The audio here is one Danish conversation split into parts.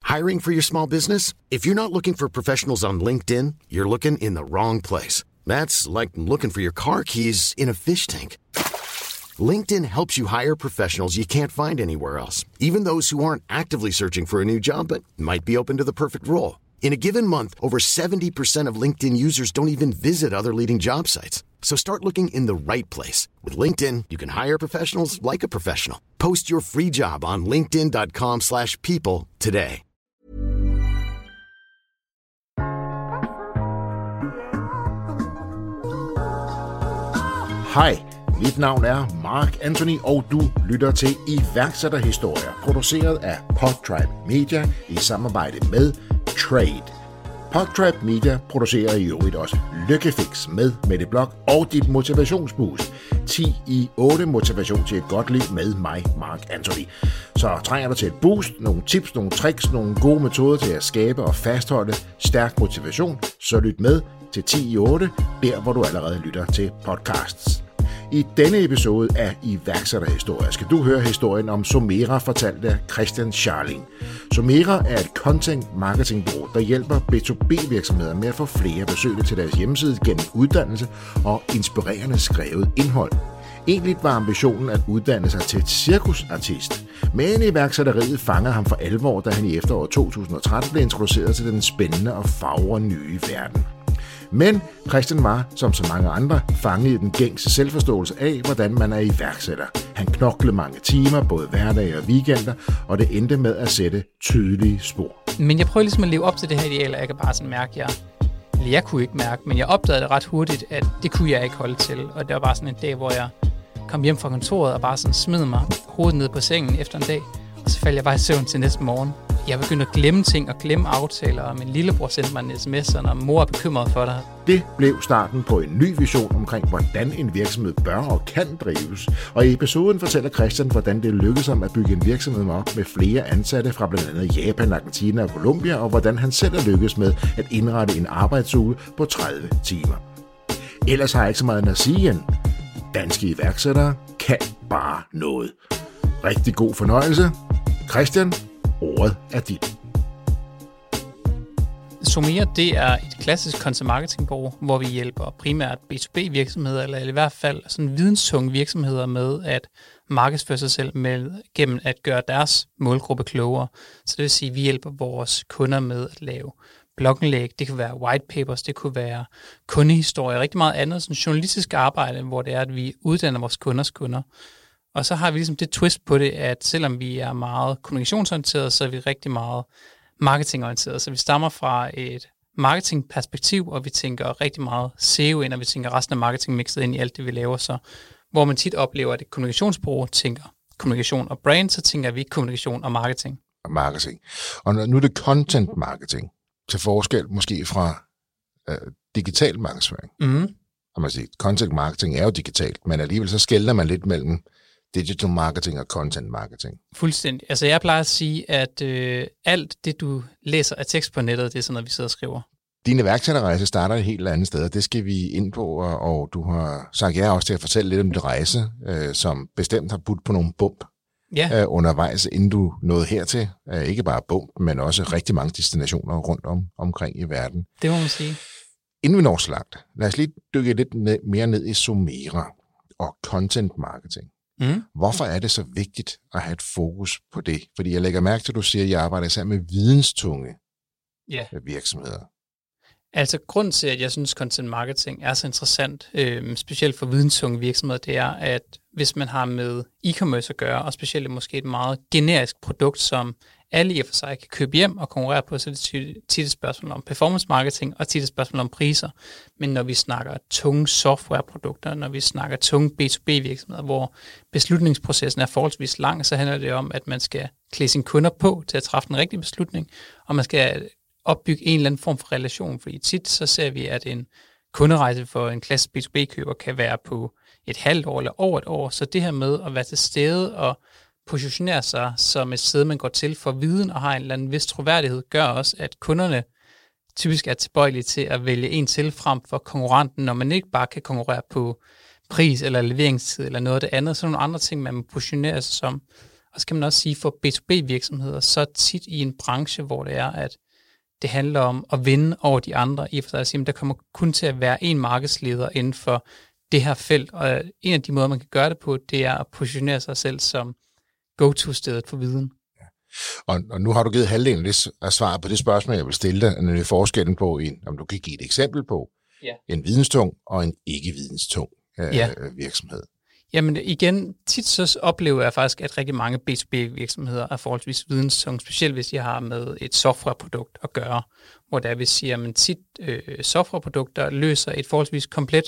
Hiring for your small business? If you're not looking for professionals on LinkedIn, you're looking in the wrong place. That's like looking for your car keys in a fish tank. LinkedIn helps you hire professionals you can't find anywhere else, even those who aren't actively searching for a new job but might be open to the perfect role. In a given month, over 70% of LinkedIn users don't even visit other leading job sites. So start looking in the right place. With LinkedIn, you can hire professionals like a professional. Post your free job on linkedin.com/people today. Hej, mit navn er Mark Anthony, og du lytter til iværksætterhistorier, produceret af Podtribe Media i samarbejde med Trade. Podtribe Media producerer i øvrigt også Lykkefix med Mette Blok og dit motivationsboost. 10 i 8 motivation til et godt liv med mig, Mark Anthony. Så trænger du til et boost, nogle tips, nogle tricks, nogle gode metoder til at skabe og fastholde stærk motivation, så lyt med til 10 i 8, der hvor du allerede lytter til podcasts. I denne episode af iværksætterhistorier skal du høre historien om Somera, fortalt af Christian Scharling. Somera er et content marketingbureau, der hjælper B2B-virksomheder med at få flere besøgende til deres hjemmeside gennem uddannelse og inspirerende skrevet indhold. Egentlig var ambitionen at uddanne sig til et cirkusartist, men iværksætteriet fanger ham for alvor, da han i efteråret 2013 blev introduceret til den spændende og fagre nye verden. Men Christian var, som så mange andre, fanget i den gængse selvforståelse af, hvordan man er iværksætter. Han knoklede mange timer, både hverdage og weekender, og det endte med at sætte tydelige spor. Men jeg prøvede ligesom at leve op til det her ideal, og jeg kan bare sådan mærke, jeg kunne ikke mærke, men jeg opdagede det ret hurtigt, at det kunne jeg ikke holde til. Og det var bare sådan en dag, hvor jeg kom hjem fra kontoret og bare sådan smed mig hovedet ned på sengen efter en dag, og så faldt jeg bare i søvn til næste morgen. Jeg begyndte at glemme ting og glemme aftaler, og min lillebror sendte mig en sms, og mor er bekymret for dig. Det blev starten på en ny vision omkring, hvordan en virksomhed bør og kan drives. Og i episoden fortæller Christian, hvordan det lykkedes ham at bygge en virksomhed op med flere ansatte fra blandt andet Japan, Argentina og Colombia, og hvordan han selv er lykkedes med at indrette en arbejdsuge på 30 timer. Ellers har jeg ikke så meget at sige end, danske iværksættere kan bare noget. Rigtig god fornøjelse. Christian, ordet er dit. Somera, det er et klassisk content marketing bureau, hvor vi hjælper primært B2B virksomheder, eller i hvert fald sådan videnstunge virksomheder med at markedsføre sig selv med, gennem at gøre deres målgruppe klogere. Så det vil sige, at vi hjælper vores kunder med at lave blogindlæg, det kunne være white papers, det kunne være kundehistorier, rigtig meget andet sådan journalistisk arbejde, hvor det er, at vi uddanner vores kunders kunder. Og så har vi ligesom det twist på det, at selvom vi er meget kommunikationsorienteret, så er vi rigtig meget marketingorienteret. Så vi stammer fra et marketingperspektiv, og vi tænker rigtig meget SEO ind, og vi tænker resten af marketing mixet ind i alt det, vi laver. Så hvor man tit oplever, at et kommunikationsbureau tænker kommunikation og brand, så tænker vi kommunikation og marketing. Og nu er det content marketing, til forskel måske fra digital markedsføring. Og man siger, content marketing er jo digitalt, men alligevel så skelner man lidt mellem digital marketing og content marketing. Fuldstændig. Altså jeg plejer at sige, at alt det, du læser af tekst på nettet, det er sådan noget, vi sidder og skriver. Din iværksætterrejse starter et helt andet sted, og det skal vi ind på, og du har sagt ja også til at fortælle lidt om din rejse, som bestemt har budt på nogle bump undervejs, inden du nåede hertil. Ikke bare bump, men også rigtig mange destinationer rundt omkring i verden. Det må man sige. Inden vi når så langt, lad os lige dykke lidt mere ned i Somera og content marketing. Hvorfor er det så vigtigt at have et fokus på det? Fordi jeg lægger mærke til, at du siger, at jeg arbejder især med videnstunge virksomheder. Altså grunden til, at jeg synes, content marketing er så interessant, specielt for videnstunge virksomheder, det er, at hvis man har med e-commerce at gøre, og specielt måske et meget generisk produkt, som alle i og for sig kan købe hjem og konkurrere på, så det er tit et spørgsmål om performance marketing, og tit et spørgsmål om priser. Men når vi snakker tunge softwareprodukter, når vi snakker tunge B2B-virksomheder, hvor beslutningsprocessen er forholdsvis lang, så handler det om, at man skal klæde sine kunder på til at træffe den rigtige beslutning, og man skal opbygge en eller anden form for relation, fordi tit så ser vi, at en kunderejse for en klassisk B2B-køber kan være på et halvt år eller over et år, så det her med at være til stede og positionere sig som et sted, man går til for viden og har en eller anden vis troværdighed, gør også, at kunderne typisk er tilbøjelige til at vælge en til frem for konkurrenten, når man ikke bare kan konkurrere på pris eller leveringstid eller noget af det andet, så nogle andre ting, man må positionere sig som. Og så kan man også sige, for B2B-virksomheder, så tit i en branche, hvor det er, at det handler om at vinde over de andre, i for sig at sige, der kommer kun til at være en markedsleder inden for det her felt, og en af de måder, man kan gøre det på, det er at positionere sig selv som go-to-stedet for viden. Ja. Og nu har du givet halvdelen af svaret på det spørgsmål, jeg vil stille dig, nemlig forskellen på om du kan give et eksempel på en videnstung og en ikke-videnstung virksomhed. Jamen igen, tit så oplever jeg faktisk, at rigtig mange B2B-virksomheder er forholdsvis videnstunge, specielt hvis jeg har med et softwareprodukt at gøre, hvor der vil sige, at tit softwareprodukter løser et forholdsvis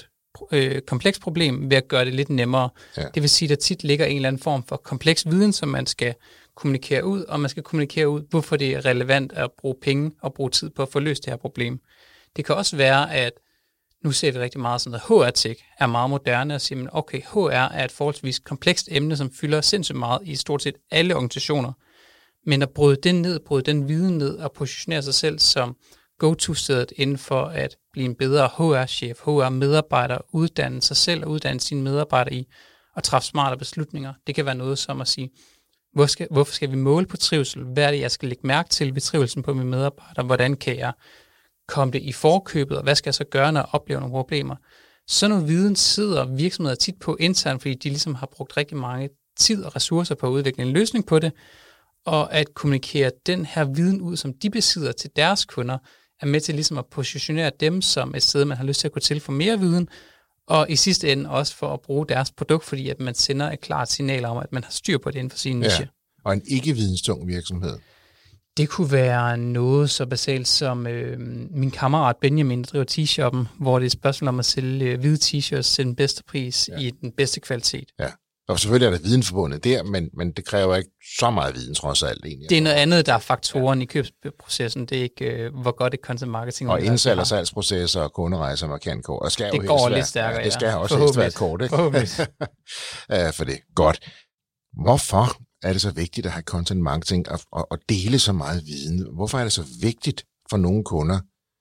komplekst problem ved at gøre det lidt nemmere. Ja. Det vil sige, at der tit ligger en eller anden form for kompleks viden, som man skal kommunikere ud, og man skal kommunikere ud, hvorfor det er relevant at bruge penge og bruge tid på at få løst det her problem. Det kan også være, at nu ser vi rigtig meget sådan noget, HR-tech er meget moderne og siger, okay, HR er et forholdsvis komplekst emne, som fylder sindssygt meget i stort set alle organisationer. Men at bryde den viden ned og positionere sig selv som go-to-stedet inden for at blive en bedre HR-chef, HR-medarbejder, uddanne sig selv og uddanne sine medarbejdere i og træffe smarte beslutninger. Det kan være noget som at sige, hvorfor skal vi måle på trivsel? Hvad er det, jeg skal lægge mærke til ved trivselsen på mine medarbejdere? Hvordan kan jeg komme det i forkøbet, og hvad skal jeg så gøre, når jeg oplever nogle problemer? Sådan noget viden sidder virksomheder tit på internt, fordi de ligesom har brugt rigtig mange tid og ressourcer på at udvikle en løsning på det, og at kommunikere den her viden ud, som de besidder til deres kunder, er med til ligesom at positionere dem som et sted, man har lyst til at gå til for mere viden, og i sidste ende også for at bruge deres produkt, fordi at man sender et klart signal om, at man har styr på det inden for sin niche. Og en ikke-videnstung virksomhed. Det kunne være noget så basalt som min kammerat Benjamin, der driver t-shoppen, hvor det er et spørgsmål om at sælge hvide t-shirts til den bedste pris i den bedste kvalitet. Ja, og selvfølgelig er der viden forbundet der, men det kræver ikke så meget viden trods alt egentlig. Det er noget andet, der er faktoren i købsprocessen. Det er ikke, hvor godt et content marketing og indsalg- og salgsprocesser og kunderejser markant kort. Og det går lidt stærkere, ja. Det skal også helst være kort, ikke? For det er godt. Hvorfor er det så vigtigt at have content marketing og dele så meget viden? Hvorfor er det så vigtigt for nogle kunder,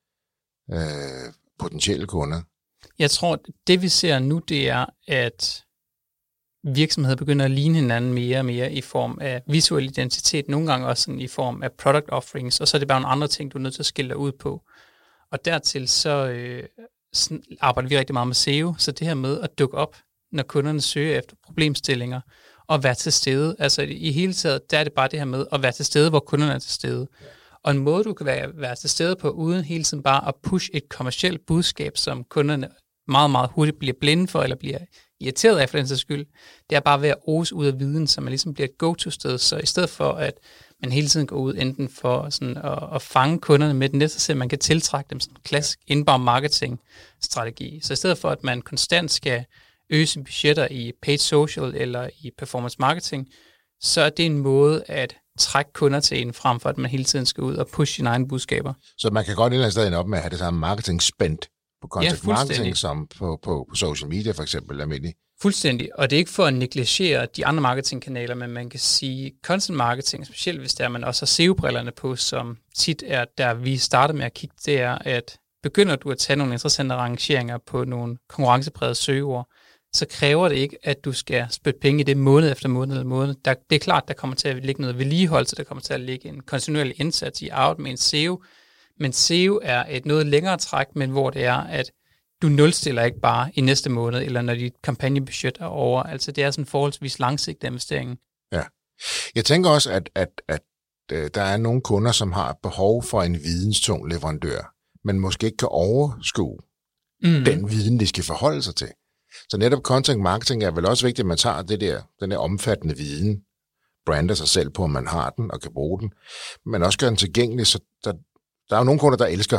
potentielle kunder? Jeg tror, det vi ser nu, det er, at virksomheder begynder at ligne hinanden mere og mere i form af visuel identitet, nogle gange også sådan i form af product offerings, og så er det bare nogle andre ting, du er nødt til at skille dig ud på. Og dertil så arbejder vi rigtig meget med SEO, så det her med at dukke op, når kunderne søger efter problemstillinger, og være til stede. Altså i hele taget, der er det bare det her med at være til stede, hvor kunderne er til stede. Ja. Og en måde, du kan være til stede på, uden hele tiden bare at push et kommercielt budskab, som kunderne meget, meget hurtigt bliver blinde for, eller bliver irriteret af for den sags skyld, det er bare ved at ose ud af viden, så man ligesom bliver et go-to-sted. Så i stedet for, at man hele tiden går ud enten for sådan at fange kunderne med den næste, så man kan tiltrække dem sådan en klassisk inbound marketing-strategi. Så i stedet for, at man konstant skal øge sine budgetter i paid social eller i performance marketing, så er det en måde at trække kunder til en, frem for at man hele tiden skal ud og pushe sine egne budskaber. Så man kan godt et eller andet sted op med at have det samme marketing spend på content marketing som på social media for eksempel almindelig. Fuldstændig, og det er ikke for at negligere de andre marketingkanaler, men man kan sige content marketing, specielt hvis der man også har SEO-brillerne på, som tit er der vi starter med at kigge, det er at begynder du at tage nogle interessante rangeringer på nogle konkurrenceprægede søgeord, så kræver det ikke, at du skal spytte penge i det måned efter måned eller måned. Det er klart, der kommer til at ligge noget vedligeholdelse, der kommer til at ligge en kontinuerlig indsats i out med en SEO, men SEO er et noget længere træk, men hvor det er, at du nulstiller ikke bare i næste måned, eller når dit kampagnebudget er over. Altså det er sådan en forholdsvis langsigtet investering. Ja. Jeg tænker også, at der er nogle kunder, som har behov for en videnstung leverandør, men måske ikke kan overskue den viden, de skal forholde sig til. Så netop content marketing er vel også vigtigt, at man tager den der omfattende viden, brander sig selv på, om man har den og kan bruge den, men også gør den tilgængelig, så der er jo nogle kunder, der elsker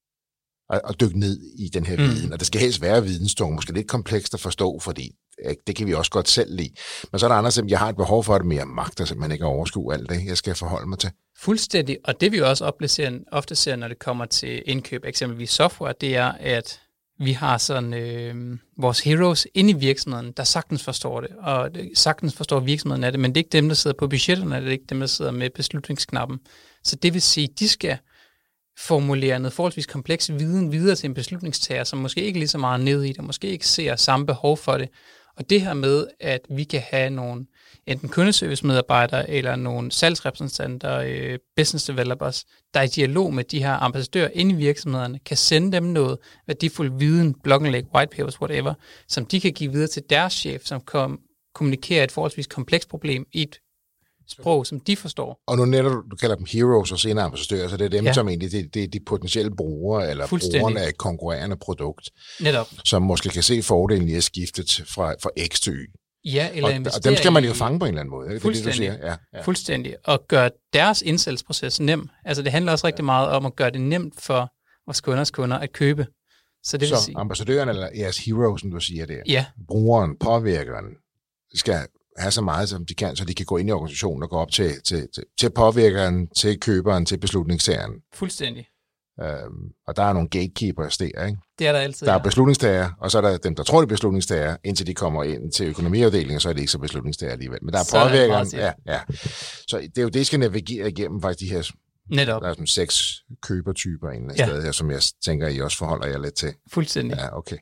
at dykke ned i den her viden, og det skal helst være videnstung, måske lidt komplekst at forstå, fordi det kan vi også godt selv lide. Men så er der andre, som jeg har et behov for det mere magt, og simpelthen ikke overskue alt det, jeg skal forholde mig til. Fuldstændig, og det vi også ofte ser, når det kommer til indkøb, eksempelvis software, det er, at vi har sådan vores heroes inde i virksomheden, der sagtens forstår det, og sagtens forstår virksomheden af det, men det er ikke dem, der sidder på budgetterne, det er ikke dem, der sidder med beslutningsknappen. Så det vil sige, de skal formulere noget forholdsvis kompleks viden videre til en beslutningstager, som måske ikke lige så meget ned i det, måske ikke ser samme behov for det, Og det her med, at vi kan have nogle enten kundeservice-medarbejdere eller nogle salgsrepræsentanter, business developers, der er i dialog med de her ambassadører inde i virksomhederne, kan sende dem noget værdifuld viden, blogindlæg, whitepapers, whatever, som de kan give videre til deres chef, som kommunikerer et forholdsvis komplekst problem i et sprog, som de forstår. Og nu netop, du kalder dem heroes og senere ambassadører, så det er dem, som egentlig det er de potentielle brugere, eller brugerne af et konkurrerende produkt, netop, som måske kan se fordelen i at skifte fra X til Y. Ja, eller og dem skal man jo fange på en eller anden måde. Fuldstændig. Det, du siger. Ja. Fuldstændig. Og gøre deres indsalgsproces nem. Altså det handler også rigtig meget om at gøre det nemt for vores kunders kunder at købe. Så det vil sige, ambassadøren eller jeres hero, som du siger der, ja. Brugeren, påvirkeren, skal have så meget, som de kan, så de kan gå ind i organisationen og gå op til påvirkeren, til køberen, til beslutningstageren. Fuldstændig. Og der er nogle gatekeepers der, ikke? Det er der altid. Der er beslutningstager, og så er der dem, der tror, det er beslutningstager, indtil de kommer ind til økonomiafdelingen, så er det ikke så beslutningstager alligevel. Men der er påvirkeren. Ja. Så det er jo det, jeg skal navigere igennem faktisk de her. Netop. Der er sådan 6 købertyper en sted her, som jeg tænker, I også forholder jer lidt til. Fuldstændig. Ja, okay.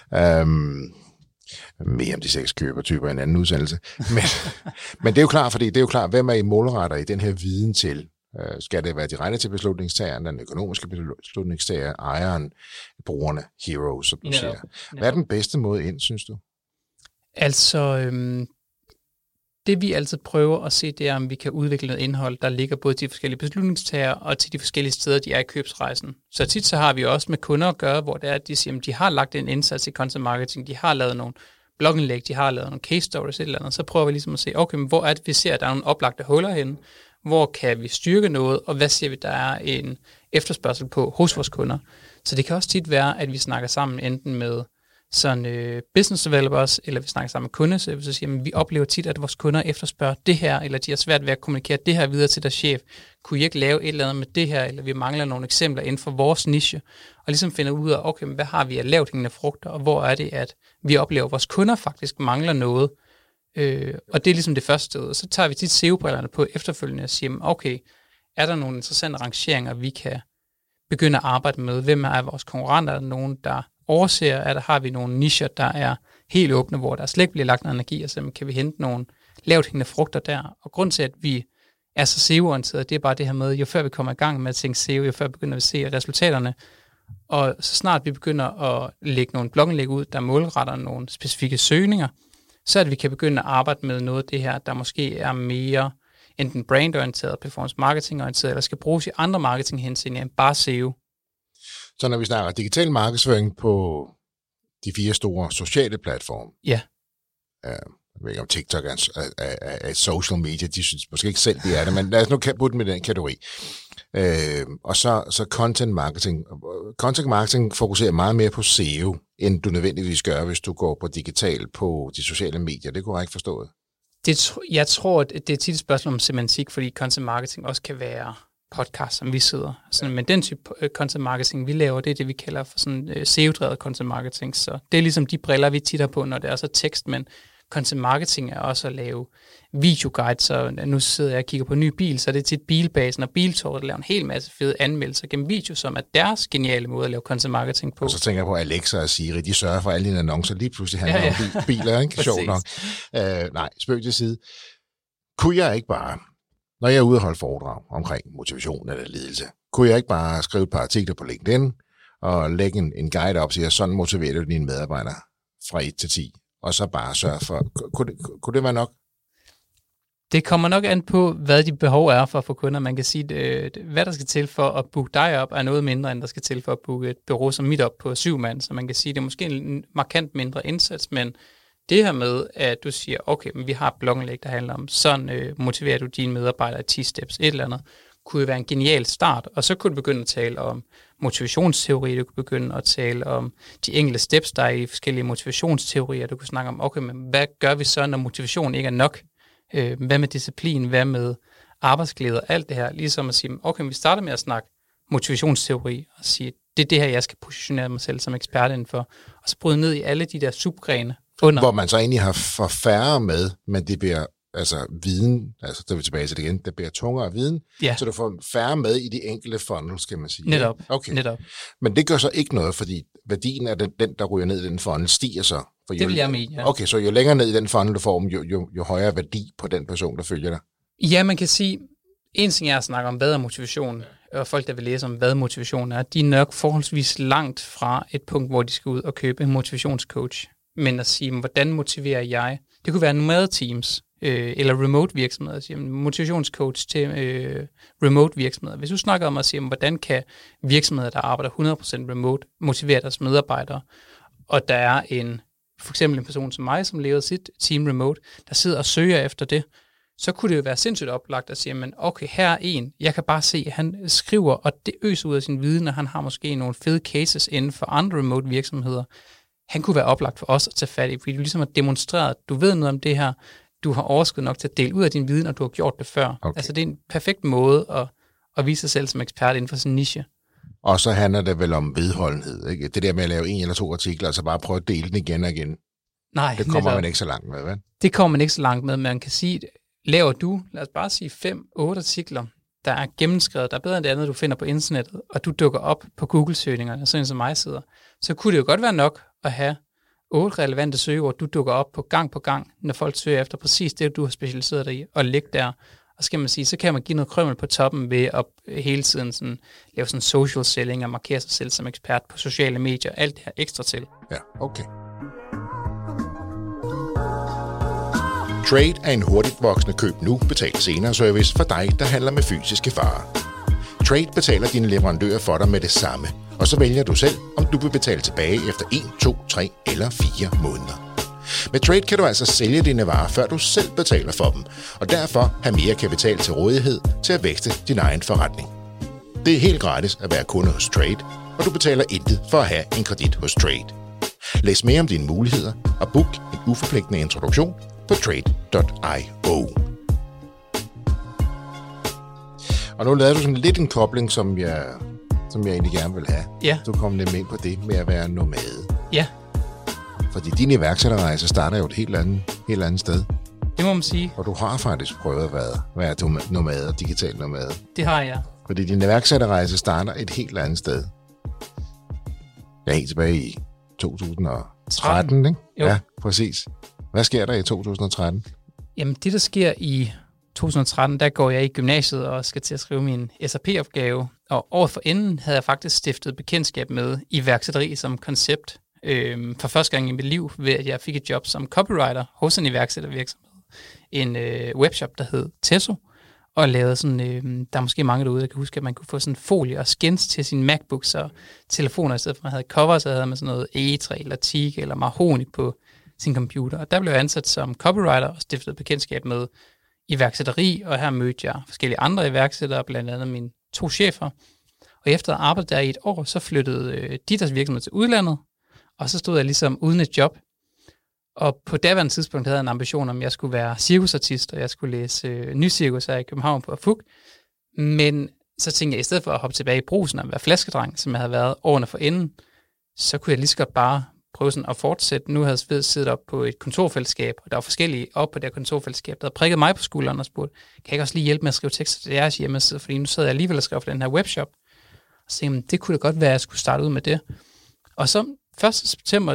Mere om de 6 købertyper i en anden udsendelse. Men det er jo klart, fordi det er jo klart, hvem er I målretter i den her viden til? Skal det være direkte til beslutningstageren, den økonomiske beslutningstager, ejeren, brugerne, heroes, som du siger. Hvad er den bedste måde ind, synes du? Altså, det vi altid prøver at se, det er, om vi kan udvikle noget indhold, der ligger både til de forskellige beslutningstager og til de forskellige steder, de er i købsrejsen. Så tit så har vi også med kunder at gøre, hvor det er, at de siger, at de har lagt en indsats i content marketing, de har lavet nogle blogindlæg, de har lavet nogle case stories, et eller andet. Så prøver vi ligesom at se, okay, men hvor er det, vi ser, at der er nogle oplagte huller henne? Hvor kan vi styrke noget, og hvad ser vi, der er en efterspørgsel på hos vores kunder? Så det kan også tit være, at vi snakker sammen enten med sådan business developers, eller vi snakker sammen med kundeservice, og siger, at vi oplever tit, at vores kunder efterspørger det her, eller de har svært ved at kommunikere det her videre til deres chef. Kunne I ikke lave et eller andet med det her, eller vi mangler nogle eksempler inden for vores niche, og ligesom finde ud af, okay, men hvad har vi af lavthængende frugter, og hvor er det, at vi oplever, at vores kunder faktisk mangler noget. Og det er ligesom det første sted. Og så tager vi tit SEO-brillerne på efterfølgende og siger, okay, er der nogle interessante rangeringer, vi kan begynde at arbejde med? Hvem er vores konkurrenter? Er der nogen, der overser? Har vi nogle nicher, der er helt åbne, hvor der slet ikke bliver lagt noget energi, og så kan vi hente nogle lavthængende frugter der? Og grund til, at vi er så SEO-orienteret, det er bare det her med, jo før vi kommer i gang med at tænke SEO, jo før vi begynder at se resultaterne, og så snart vi begynder at lægge nogle blogindlæg ud, der målretter nogle specifikke søgninger, så at vi kan begynde at arbejde med noget af det her, der måske er mere enten brandorienteret, performance marketing-orienteret, eller skal bruges i andre marketinghenseender end bare SEO. Så når vi snakker digital markedsføring på de 4 store sociale platforme, ja. Jeg ved ikke om TikTok er et social media, de synes måske ikke selv, det er det, men lad os nu putte med den kategori. Og så content marketing. Content marketing fokuserer meget mere på SEO, end du nødvendigvis gør, hvis du går på digital på de sociale medier. Det kunne jeg ikke forstået. Jeg tror, at det er tit et spørgsmål om semantik, fordi content marketing også kan være podcast, som vi sidder. Sådan, men den type content marketing, vi laver, det er det, vi kalder for sådan SEO-drevet content marketing. Så det er ligesom de briller, vi titter på, når det er så tekst, men content marketing er også at lave videoguides, så nu sidder jeg og kigger på en ny bil, så er det tit Bilbasen og Biltorvet, der laver en hel masse fede anmeldelser gennem video, som er deres geniale måde at lave content marketing på. Og så tænker jeg på Alexa og Siri, de sørger for alle dine annoncer, lige pludselig handler om biler, ikke? Sjovt nok. Nej, spøg til side. Kunne jeg ikke bare, når jeg er ude og holde foredrag omkring motivation eller ledelse, kunne jeg ikke bare skrive et par artikler på LinkedIn og lægge en guide op og sige, sådan motiverer du dine medarbejdere fra 1 til 10, og så bare sørge for, kunne det være nok? Det kommer nok an på, hvad de behov er for at få kunder. Man kan sige, hvad der skal til for at booke dig op, er noget mindre, end der skal til for at booke et bureau som mit op på 7 mand. Så man kan sige, det er måske en markant mindre indsats, men det her med, at du siger, okay, men vi har et blogindlæg, der handler om, sådan motiverer du dine medarbejdere i 10 steps, et eller andet, kunne være en genial start. Og så kunne du begynde at tale om motivationsteori, du kunne begynde at tale om de enkelte steps, der er i forskellige motivationsteorier. Du kunne snakke om, okay, men hvad gør vi så, når motivation ikke er nok? Hvad med disciplin? Hvad med arbejdsglæde og alt det her? Ligesom at sige, okay, vi starter med at snakke motivationsteori og sige, det er det her, jeg skal positionere mig selv som ekspert indenfor. Og så bryde ned i alle de der subgrene under. Hvor man så egentlig har for færre med, men det bliver altså viden, altså der er vi tilbage til det igen, det bliver tungere viden, så du får færre med i de enkelte funnels, skal man sige. Netop. Okay. Netop. Men det gør så ikke noget, fordi værdien af den der ryger ned i den funnel, stiger så Det vil jeg mene, ja. Okay, så jo længere ned i den funnel du får, jo højere værdi på den person, der følger dig. Ja, man kan sige, en ting er at snakke om, hvad er motivation, og folk, der vil læse om, hvad motivation er, de er nok forholdsvis langt fra et punkt, hvor de skal ud og købe en motivationscoach. Men at sige, hvordan motiverer jeg? Det kunne være nomadeteams eller remote virksomheder. Altså, motivationscoach til remote virksomheder. Hvis du snakker om at sige, hvordan kan virksomheder, der arbejder 100% remote, motivere deres medarbejdere, og der er for eksempel en person som mig, som lever sit team remote, der sidder og søger efter det, så kunne det jo være sindssygt oplagt at sige, men okay, her er en, jeg kan bare se, at han skriver, og det øser ud af sin viden, og han har måske nogle fede cases inden for andre remote virksomheder. Han kunne være oplagt for os at tage fat i, fordi du ligesom har demonstreret, at du ved noget om det her, du har overskud nok til at dele ud af din viden, og du har gjort det før. Okay. Altså det er en perfekt måde at vise sig selv som ekspert inden for sin niche. Og så handler det vel om vedholdenhed, ikke? Det der med at lave 1 eller 2 artikler, altså bare prøve at dele den igen og igen. Nej, det kommer man ikke så langt med, vel? Det kommer man ikke så langt med, man kan sige, laver du, lad os bare sige 5-8 artikler, der er gennemskrevet, der er bedre end det andet, du finder på internettet, og du dukker op på Google-søgningerne, sådan som mig sidder, så kunne det jo godt være nok at have 8 relevante søgeord, du dukker op på gang, når folk søger efter præcis det, du har specialiseret dig i, og ligge der. Og så kan man sige, så kan man give noget krømmel på toppen ved at hele tiden sådan, lave sådan social selling og markere sig selv som ekspert på sociale medier, alt det her ekstra til. Ja, okay. Trade er en hurtigt voksende køb nu, betal senere service for dig, der handler med fysiske varer. Trade betaler dine leverandører for dig med det samme, og så vælger du selv, om du vil betale tilbage efter 1, 2, 3 eller 4 måneder. Med Trade kan du altså sælge dine varer, før du selv betaler for dem, og derfor have mere kapital til rådighed til at vækste din egen forretning. Det er helt gratis at være kunde hos Trade, og du betaler intet for at have en kredit hos Trade. Læs mere om dine muligheder og book en uforpligtende introduktion på trade.io. Og nu lavede du sådan lidt en kobling, som jeg egentlig gerne vil have. Ja. Du kom nemlig ind på det med at være nomade. Ja. Fordi din iværksætterrejse starter jo et helt andet sted. Det må man sige. Og du har faktisk prøvet at være nomade og digital nomade. Det har jeg. Fordi din iværksætterrejse starter et helt andet sted. Jeg er helt tilbage i 2013, ikke? Jo. Ja, præcis. Hvad sker der i 2013? Jamen, det der sker i 2013, der går jeg i gymnasiet og skal til at skrive min SAP-opgave. Og året forinden havde jeg faktisk stiftet bekendtskab med iværksætteri som koncept. For første gang i mit liv, ved at jeg fik et job som copywriter hos en iværksættervirksomhed. En webshop, der hed Tesso, og lavede sådan, der er måske mange derude, der kan huske, at man kunne få sådan folie og skins til sine MacBooks og telefoner, i stedet for at man havde cover, så havde man sådan noget egetræ eller teak eller mahogny på sin computer. Og der blev jeg ansat som copywriter og stiftede bekendtskab med iværksætteri, og her mødte jeg forskellige andre iværksættere, blandt andet mine 2 chefer. Og efter at arbejde der i et år, så flyttede de deres virksomhed til udlandet, og så stod jeg ligesom uden et job. Og på daværende tidspunkt havde jeg en ambition om, at jeg skulle være cirkusartist, og jeg skulle læse nycirkus her i København på FUG. Men så tænkte jeg, i stedet for at hoppe tilbage i Brugsen og være flaskedreng, som jeg havde været årene forinden, så kunne jeg lige så godt bare prøve sådan at fortsætte. Nu havde jeg siddet op på et kontorfællesskab, og der var forskellige op på det kontorfællesskab, der havde prikket mig på skulderen og spurgt, kan jeg ikke også lige hjælpe med at skrive tekster til jeres hjemmeside, fordi nu sad jeg alligevel og skrev for den her webshop. Og så tænkte jeg, det kunne da godt være, at jeg skulle starte ud med det. Og så 1. september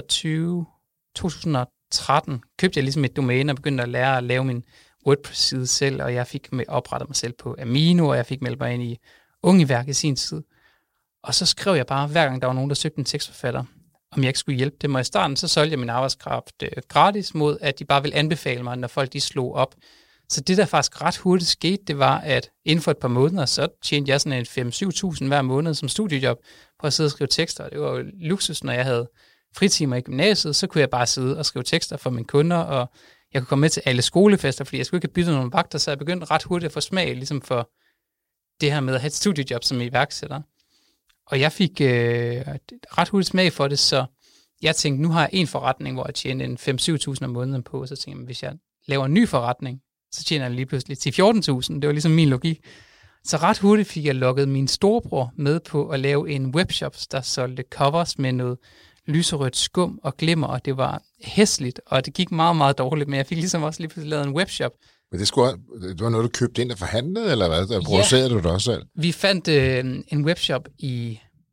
2013 købte jeg ligesom et domæne og begyndte at lære at lave min WordPress-side selv, og jeg fik oprettet mig selv på Amino, og jeg fik meldt mig ind i Ungeværk i sin tid. Og så skrev jeg bare, hver gang der var nogen, der søgte en tekstforfatter, om jeg ikke skulle hjælpe dem. Og i starten, så solgte jeg min arbejdskraft gratis mod, at de bare ville anbefale mig, når folk de slog op. Så det, der faktisk ret hurtigt skete, det var, at inden for et par måneder, så tjente jeg sådan en 5-7.000 hver måned som studiejob på at sidde og skrive tekster. Det var jo luksus, når jeg havde fritimer i gymnasiet, så kunne jeg bare sidde og skrive tekster for mine kunder, og jeg kunne komme med til alle skolefester, fordi jeg skulle ikke have byttet nogle vagter, så jeg begyndte ret hurtigt at få smag ligesom for det her med at have et studiejob som iværksætter. Og jeg fik ret hurtigt smag for det, så jeg tænkte, nu har jeg en forretning, hvor jeg tjener en 5-7.000 om måneden på, så tænkte jeg, hvis jeg laver en ny forretning, så tjener jeg lige pludselig til 14.000. Det var ligesom min logik. Så ret hurtigt fik jeg lukket min storebror med på at lave en webshop, der solgte covers med noget lyserødt skum og glimmer, og det var hæsligt, og det gik meget, meget dårligt, men jeg fik ligesom også lige pludselig lavet en webshop. Men det var noget, du købte ind og forhandlede, eller hvad? Producerede du det også selv? Vi fandt en webshop i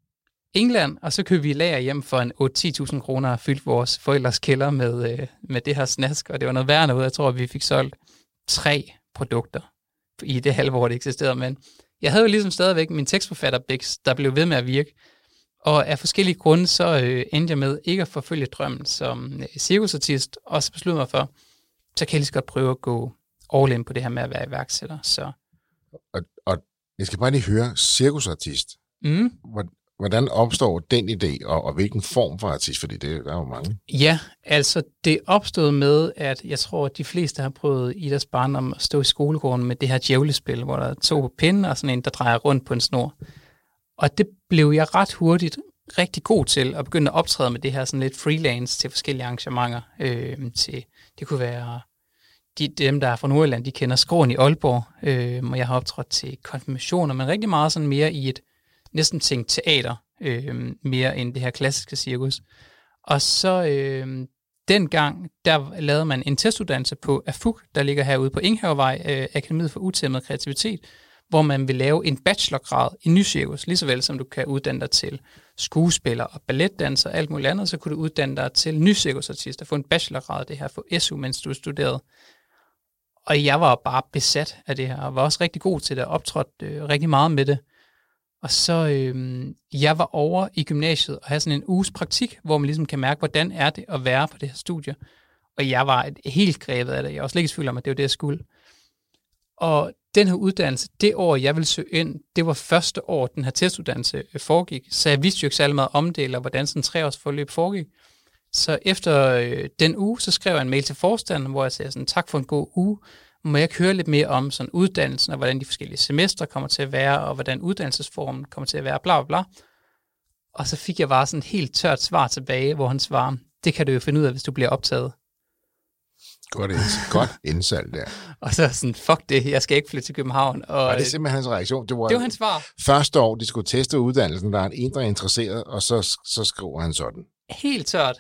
England, og så købte vi lager hjem for en 8-10.000 kroner og fyldte vores forældres kælder med det her snask, og det var noget værre noget. Jeg tror, vi fik solgt 3 produkter i det halve år, det eksisterede, men jeg havde jo ligesom stadigvæk min tekstforfatterbæks, der blev ved med at virke, og af forskellige grunde, så endte jeg med ikke at forfølge drømmen som cirkusartist, og så besluttede mig for, så kan jeg lige så godt prøve at gå all in på det her med at være iværksætter. Så. Og jeg skal bare lige høre, cirkusartist, hvordan opstår den idé, og hvilken form for artist, fordi der er jo mange. Ja, altså det opstod med, at jeg tror, at de fleste har prøvet i deres barndom at stå i skolegården med det her djævlespil, hvor der er 2 på pinden og sådan en, der drejer rundt på en snor. Og det blev jeg ret hurtigt rigtig god til at begynde at optræde med det her sådan lidt freelance til forskellige arrangementer. Det kunne være dem, der er fra Nordjylland, de kender Skråen i Aalborg, og jeg har optrådt til konfirmationer, men rigtig meget sådan mere i et næsten tænkt teater, mere end det her klassiske cirkus. Og så dengang, der lavede man en testuddannelse på AFUG, der ligger herude på Enghavevej, Akademiet for Utæmmet Kreativitet, hvor man vil lave en bachelorgrad i nycirkus, lige så vel som du kan uddanne dig til skuespiller og balletdanser og alt muligt andet, så kunne du uddanne dig til nycirkusartist og få en bachelorgrad af det her for SU, mens du studerede. Og jeg var bare besat af det her, og var også rigtig god til det, og optrådte rigtig meget med det. Og så jeg var over i gymnasiet og havde sådan en uges praktik, hvor man ligesom kan mærke, hvordan er det at være på det her studie. Og jeg var helt grebet af det. Jeg var slet ikke i tvivl om, at det var det, jeg skulle. Og den her uddannelse, det år, jeg ville søge ind, det var første år, den her testuddannelse foregik. Så jeg vidste jo ikke særlig meget om det, eller hvordan sådan en 3-årsforløb foregik. Så efter den uge, så skrev jeg en mail til forstanden, hvor jeg sagde sådan, tak for en god uge. Må jeg høre lidt mere om sådan uddannelsen, og hvordan de forskellige semestre kommer til at være, og hvordan uddannelsesformen kommer til at være, bla bla bla. Og så fik jeg bare sådan et helt tørt svar tilbage, hvor han svarer, det kan du jo finde ud af, hvis du bliver optaget. Godt indsalg der. Og så sådan, fuck det, jeg skal ikke flytte til København. Og det er simpelthen hans reaktion. Det var hans svar. Første år, de skulle teste uddannelsen, der er en, der er interesseret, og så skriver han sådan. Helt tørt.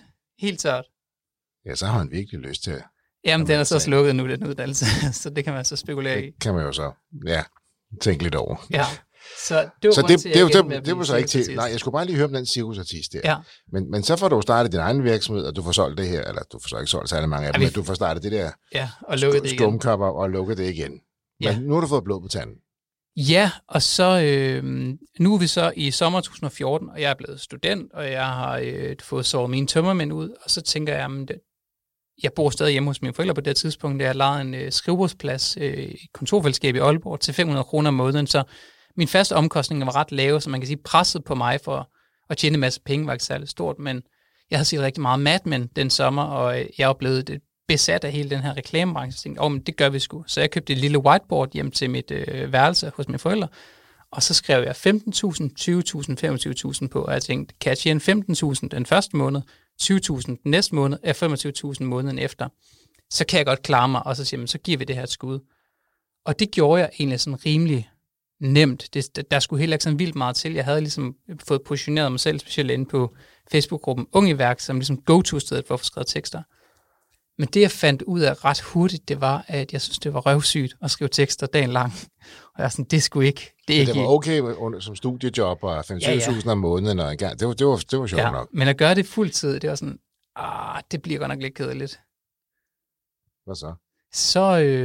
Ja, så har han virkelig lyst til at... Jamen, den er så slukket nu, den uddannelse, så det kan man så spekulere i. Det kan man jo så, tænke lidt over. Ja, så det var så ikke til... Nej, jeg skulle bare lige høre om den cirkusartist der. Ja. Men så får du startet din egen virksomhed, og du får solgt det her, eller du får så ikke solgt særlig mange af dem, men du får startet det der og lukket det igen. Skumkopper og lukket det igen. Men nu har du fået blod på tanden. Ja, og så nu er vi så i sommer 2014, og jeg er blevet student, og jeg har fået sovet mine tømmermænd ud, og så tænker jeg, jeg bor stadig hjemme hos mine forældre på det tidspunkt, da jeg lejede en skrivebordsplads i kontorfællesskab i Aalborg til 500 kroner om måneden, så min faste omkostninger var ret lave, så man kan sige, presset på mig for at tjene en masse penge var ikke særlig stort, men jeg havde set rigtig meget Mad Men den sommer, og jeg er blevet besat af hele den her reklamebranche, så tænkte, men det gør vi sgu. Så jeg købte et lille whiteboard hjem til mit værelse hos mine forældre, og så skrev jeg 15.000, 20.000, 25.000 på, og jeg tænkte, kan jeg tjene 15.000 den første måned, 20.000 den næste måned, og 25.000 måneden efter, så kan jeg godt klare mig, og så siger man, så giver vi det her et skud. Og det gjorde jeg egentlig sådan rimelig nemt. Der skulle heller ikke sådan vildt meget til. Jeg havde ligesom fået positioneret mig selv, specielt inde på Facebook-gruppen Unge Iværk, som ligesom go-to-stedet for at få skrevet tekster. Men det, jeg fandt ud af ret hurtigt, det var, at jeg synes, det var røvsygt at skrive tekster dagen lang. Og jeg er sådan, det skulle ikke. Det var okay som studiejob og 5-7.000 om måneden og en gang. Det var sjovt nok. Men at gøre det fuldtid, det var sådan, det bliver godt nok lidt kedeligt. Hvad så? Så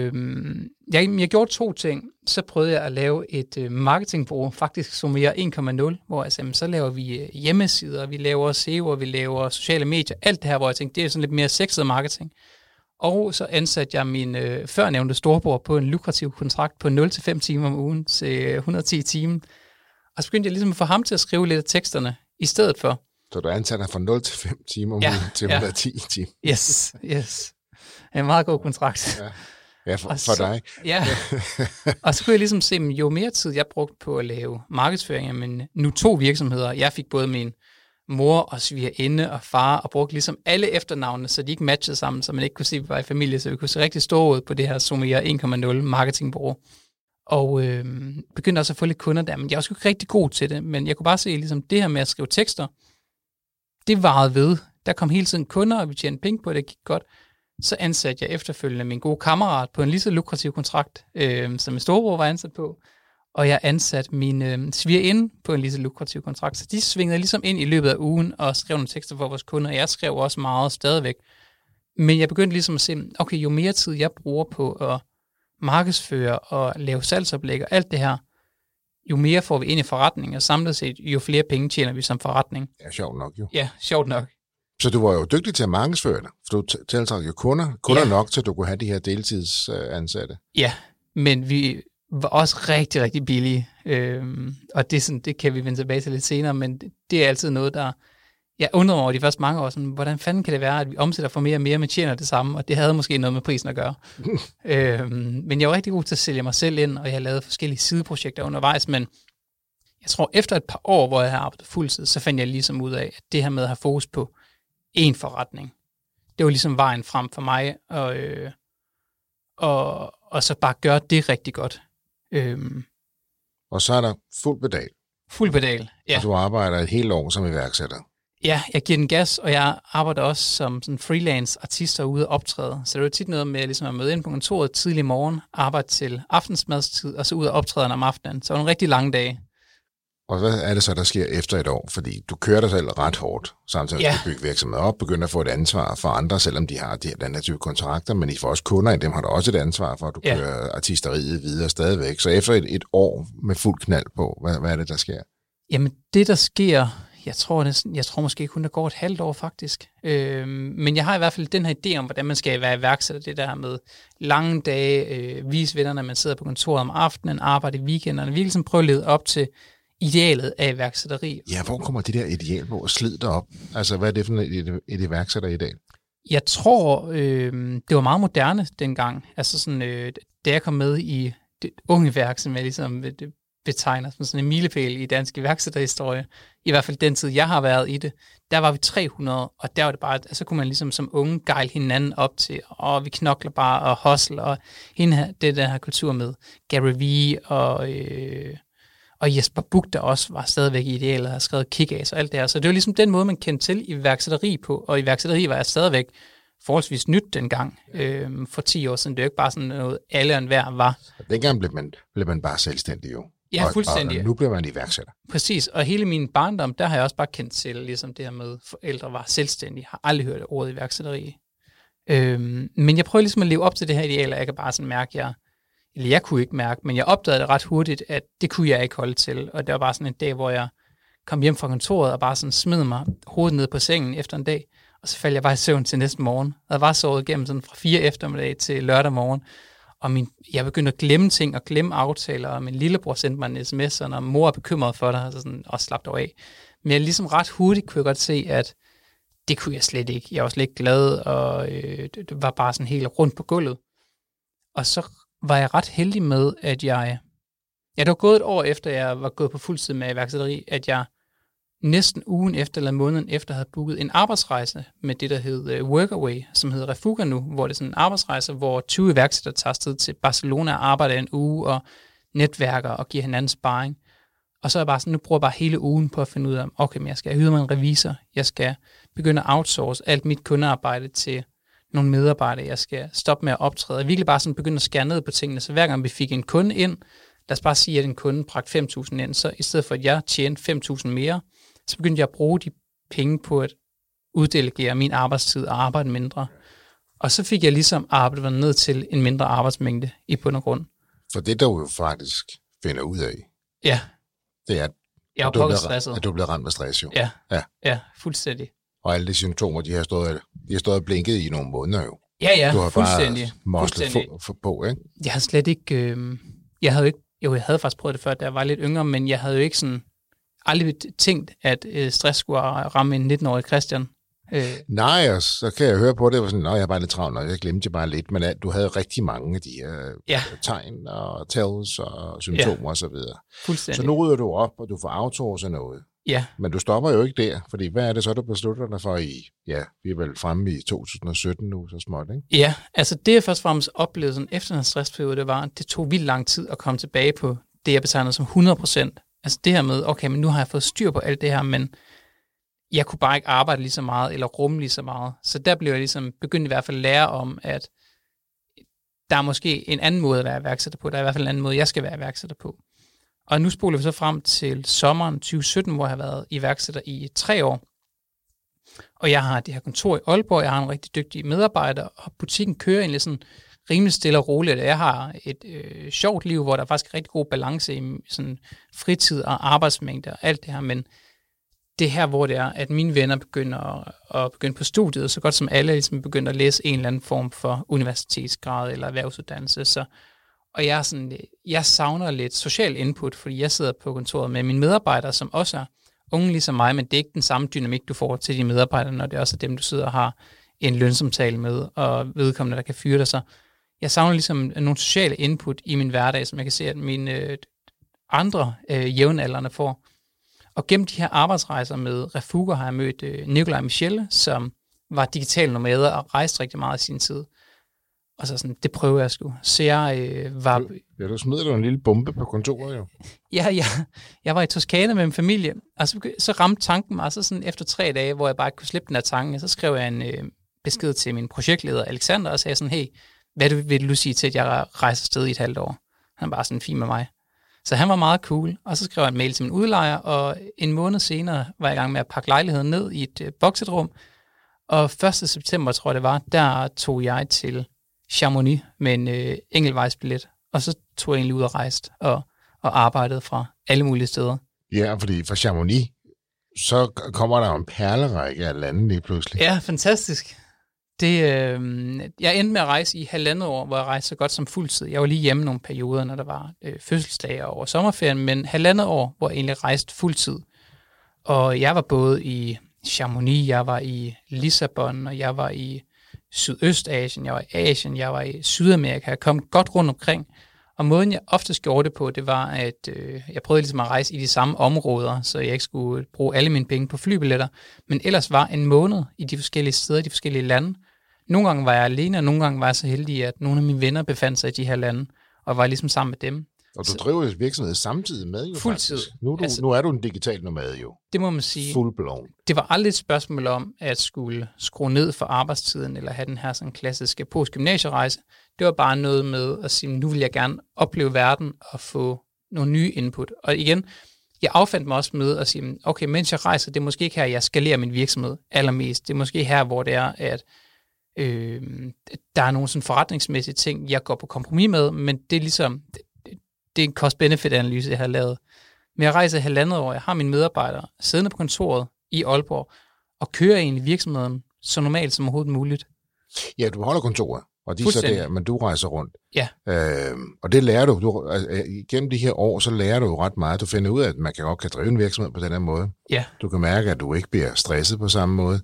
jeg gjorde 2 ting. Så prøvede jeg at lave et marketingbureau, faktisk Sommelier 1.0, hvor jeg sagde, så laver vi hjemmesider, vi laver SEO, vi laver sociale medier, alt det her, hvor jeg tænkte, det er sådan lidt mere sexet marketing. Og så ansatte jeg min førnævnte storebror på en lukrativ kontrakt på 0-5 timer om ugen til 110 timer. Og så begyndte jeg ligesom at få ham til at skrive lidt af teksterne i stedet for. Så du ansatte fra 0 til 5 timer om ugen til 110 timer? Yes. En meget god kontrakt. Ja, for dig. Ja, og så kunne jeg ligesom se, jo mere tid jeg brugte på at lave markedsføring af mine nu 2 virksomheder. Jeg fik både min mor og svigerinde og far, og brugte ligesom alle efternavne, så de ikke matchede sammen, så man ikke kunne se, at vi var i familie, så vi kunne se rigtig store ud på det her Sommelier 1.0 marketingbureau. Og begyndte også at få lidt kunder der, men jeg var sgu ikke rigtig god til det, men jeg kunne bare se, ligesom det her med at skrive tekster, det varede ved. Der kom hele tiden kunder, og vi tjente penge på det, det gik godt. Så ansatte jeg efterfølgende min gode kammerat på en lige så lukrativ kontrakt, som min storebror var ansat på. og jeg ansatte min svigerinde på en lige så lukrativ kontrakt. Så de svingede ligesom ind i løbet af ugen og skrev nogle tekster for vores kunder. Jeg skrev også meget stadigvæk. Men jeg begyndte ligesom at se, okay, jo mere tid jeg bruger på at markedsføre og lave salgsoplæg og alt det her, jo mere får vi ind i forretningen, og samlet set, jo flere penge tjener vi som forretning. Ja, sjovt nok jo. Ja, sjovt nok. Så du var jo dygtig til at markedsføre dig, for du tiltrækker jo kunder nok, til at du kunne have de her deltidsansatte. Ja, men vi var også rigtig, rigtig billige, og det kan vi vende tilbage til lidt senere, men det er altid noget, der... Jeg undrede mig over de første mange år, sådan, hvordan fanden kan det være, at vi omsætter for mere og mere, men tjener det samme, og det havde måske noget med prisen at gøre. Men jeg var rigtig god til at sælge mig selv ind, og jeg lavede forskellige sideprojekter undervejs, men jeg tror, efter et par år, hvor jeg har arbejdet fuldtid, så fandt jeg ligesom ud af, at det her med at have fokus på én forretning, det var ligesom vejen frem for mig, og så bare gøre det rigtig godt. Og så er der fuld pedal. Fuld pedal, ja. Og du arbejder et helt år som iværksætter. Ja, jeg giver den gas, og jeg arbejder også som sådan freelance artist ude og optræde. Så det var tit noget med ligesom at møde ind på kontoret tidlig morgen, arbejde til aftensmadstid, og så ud og optræde om aftenen. Så det var en rigtig lang dag. Og hvad er det så, der sker efter et år? Fordi du kører dig selv ret hårdt, samtidig med at du bygger virksomhed op, begynder at få et ansvar for andre, selvom de har den her type kontrakter, men I får også kunder, i dem har du også et ansvar for, at du kører artisteriet videre stadigvæk. Så efter et år med fuld knald på, hvad er det, der sker? Jamen det, der sker... Jeg tror måske kun, der går et halvt år faktisk. Men jeg har i hvert fald den her idé om, hvordan man skal være iværksætter. Det der med lange dage, vise vennerne, at man sidder på kontoret om aftenen, arbejde i weekenderne. Virkelig sådan prøve at lede op til idealet af iværksætteri. Ja, hvor kommer det der ideal på at slide dig op? Altså, hvad er det for et iværksætter i dag? Jeg tror, det var meget moderne dengang. Altså sådan, da jeg kom med i det unge værk, som jeg ligesom betegner som sådan en milepæl i dansk iværksætterhistorie, i hvert fald den tid, jeg har været i det, der var vi 300, og der var det bare, så kunne man ligesom som unge gejle hinanden op til, og vi knokler bare og hustle, og det der her kultur med Gary Vee og Jesper Buch, der også var stadigvæk i idealet, og har skrevet Kick-Ass og alt det her. Så det var ligesom den måde, man kendte til iværksætteri på, og iværksætteri var stadigvæk forholdsvis nyt dengang, for 10 år siden. Det er jo ikke bare sådan noget, alle og enhver var. Dengang blev man bare selvstændig jo. Ja, fuldstændig. Og nu bliver man iværksætter. Præcis, og hele min barndom, der har jeg også bare kendt til, ligesom det her med, forældre var selvstændige, har aldrig hørt ordet iværksætteri. Men jeg prøver ligesom at leve op til det her ideal, og jeg kan bare sådan mærke, jeg kunne ikke mærke, men jeg opdagede det ret hurtigt, at det kunne jeg ikke holde til. Og det var bare sådan en dag, hvor jeg kom hjem fra kontoret og bare sådan smed mig hovedet ned på sengen efter en dag, og så faldt jeg bare i søvn til næste morgen. Og jeg var sovet igennem sådan fra 4 eftermiddag til lørdag morgen. Og jeg begyndte at glemme ting og glemme aftaler, og min lillebror sendte mig en sms, og når mor er bekymret for dig, så sådan også slap dog af. Men jeg ligesom ret hurtigt kunne jeg godt se, at det kunne jeg slet ikke. Jeg var slet ikke glad, og det var bare sådan helt rundt på gulvet. Og så var jeg ret heldig med, at det var gået et år efter, jeg var gået på fuldtid med iværksætteri, at jeg næsten ugen efter eller måneden efter havde booket en arbejdsrejse med det, der hed Workaway, som hedder Refuga nu, hvor det er sådan en arbejdsrejse, hvor 20 iværksættere tager afsted til Barcelona og arbejder en uge og netværker og giver hinanden sparring. Og så er jeg bare sådan, nu bruger jeg bare hele ugen på at finde ud af, okay, men jeg skal hyre mig en revisor, jeg skal begynde at outsource alt mit kundearbejde til nogle medarbejdere, jeg skal stoppe med at optræde. Jeg virkelig bare sådan begynde at skære ned på tingene, så hver gang vi fik en kunde ind, lad os bare sige, at en kunde bragte 5.000 ind, så i stedet for at jeg tjente 5.000 mere, så begyndte jeg at bruge de penge på at uddelegere min arbejdstid og arbejde mindre. Og så fik jeg ligesom arbejdet ned til en mindre arbejdsmængde i bund og grund. For det, der jo faktisk finder ud af, ja, det er, at du bliver ramt af stress jo. Ja, fuldstændig. Og alle de symptomer, de har stået og blinket i nogle måneder jo. Ja, du har fuldstændig. Bare måslet på, ikke? Jeg har slet ikke... jeg havde faktisk prøvet det før, da jeg var lidt yngre, men jeg havde jo ikke sådan aldrig tænkt, at stress skulle ramme en 19-årig Christian. Nej, og så kan jeg høre på det, var sådan, jeg er bare lidt travlt, og jeg glemte bare lidt, men du havde rigtig mange af de her tegn og tells og symptomer og så videre. Fuldstændig. Så nu rydder du op, og du får outsourcet noget. Ja. Men du stopper jo ikke der, fordi hvad er det så, du beslutter dig for vi er vel fremme i 2017 nu, så småt, ikke? Ja, altså det jeg først og fremmest oplevede sådan, efter en stressperiode, det var, at det tog vildt lang tid at komme tilbage på det, jeg betegnede som 100%. Altså det her med, okay, men nu har jeg fået styr på alt det her, men jeg kunne bare ikke arbejde lige så meget, eller rumme lige så meget. Så der blev jeg ligesom begyndt i hvert fald at lære om, at der er måske en anden måde at være iværksætter på. Der er i hvert fald en anden måde, jeg skal være iværksætter på. Og nu spoler vi så frem til sommeren 2017, hvor jeg har været iværksætter i 3 år. Og jeg har det her kontor i Aalborg, jeg har en rigtig dygtig medarbejder, og butikken kører egentlig sådan rimelig stille og roligt. Jeg har et sjovt liv, hvor der er faktisk rigtig god balance i sådan fritid og arbejdsmængde og alt det her, men det her, hvor det er, at mine venner begynder at begynde på studiet, så godt som alle ligesom begynder at læse en eller anden form for universitetsgrad eller erhvervsuddannelse. Og jeg savner lidt social input, fordi jeg sidder på kontoret med mine medarbejdere, som også er unge ligesom mig, men det er ikke den samme dynamik, du får til dine medarbejdere, når det også er dem, du sidder og har en lønsamtale med, og vedkommende, der kan fyre dig. Så jeg savner ligesom nogle sociale input i min hverdag, som jeg kan se, at mine andre jævnaldrende får. Og gennem de her arbejdsrejser med Refuga har jeg mødt Nikolaj Michelle, som var digital nomade og rejste rigtig meget i sin tid. Og så sådan, det prøver jeg sgu. Så jeg var... Ja, du smider en lille bombe på kontoret, jo. Ja, jeg var i Toskana med min familie, og så ramte tanken mig, så sådan efter 3 dage, hvor jeg bare ikke kunne slippe den her tanke, så skrev jeg en besked til min projektleder Alexander, og sagde sådan, hey, hvad vil du sige til, at jeg rejser sted i et halvt år? Han var bare sådan fin med mig. Så han var meget cool, og så skrev jeg en mail til min udlejer, og en måned senere var jeg i gang med at pakke lejligheden ned i et boksetrum, og 1. september, tror jeg det var, der tog jeg til Chamonix med en enkeltvejsbillet, og så tog jeg egentlig ud og rejste og arbejdede fra alle mulige steder. Ja, fordi fra Chamonix, så kommer der en perlerække af lande lige pludselig. Ja, fantastisk. Jeg endte med at rejse i 1,5 år, hvor jeg rejste så godt som fuldtid. Jeg var lige hjemme nogle perioder, når der var fødselsdage over sommerferien, men 1,5 år, hvor jeg egentlig rejste fuldtid. Og jeg var både i Chamonix, jeg var i Lissabon, og jeg var i Sydøstasien, jeg var i Asien, jeg var i Sydamerika. Jeg kom godt rundt omkring. Og måden, jeg oftest gjorde det på, det var, at jeg prøvede ligesom at rejse i de samme områder, så jeg ikke skulle bruge alle mine penge på flybilletter. Men ellers var en måned i de forskellige steder, de forskellige lande. Nogle gange var jeg alene, og nogle gange var jeg så heldig, at nogle af mine venner befandt sig i de her lande, og var ligesom sammen med dem. Og du driver jo virksomhed samtidig med, jo. Fuldtid. Nu er du en digital nomade, jo. Det må man sige. Full-blown. Det var aldrig et spørgsmål om, at skulle skrue ned for arbejdstiden, eller have den her sådan klassiske postgymnasierejse. Det var bare noget med at sige, nu vil jeg gerne opleve verden og få nogle nye input. Og igen, jeg affandt mig også med at sige, okay, mens jeg rejser, det er måske ikke her, jeg skalerer min virksomhed allermest. Det er måske her, hvor det er, at der er nogle sådan forretningsmæssige ting, jeg går på kompromis med, men det er ligesom, det er en cost-benefit-analyse, jeg har lavet. Men jeg rejser 1,5 år, jeg har mine medarbejdere siddende på kontoret i Aalborg, og kører egentlig virksomheden så normalt som overhovedet muligt. Ja, du holder kontoret, og de er så der, men du rejser rundt. Ja. Og det lærer du gennem de her år, så lærer du jo ret meget. Du finder ud af, at man godt kan drive en virksomhed på den her måde. Ja. Du kan mærke, at du ikke bliver stresset på samme måde.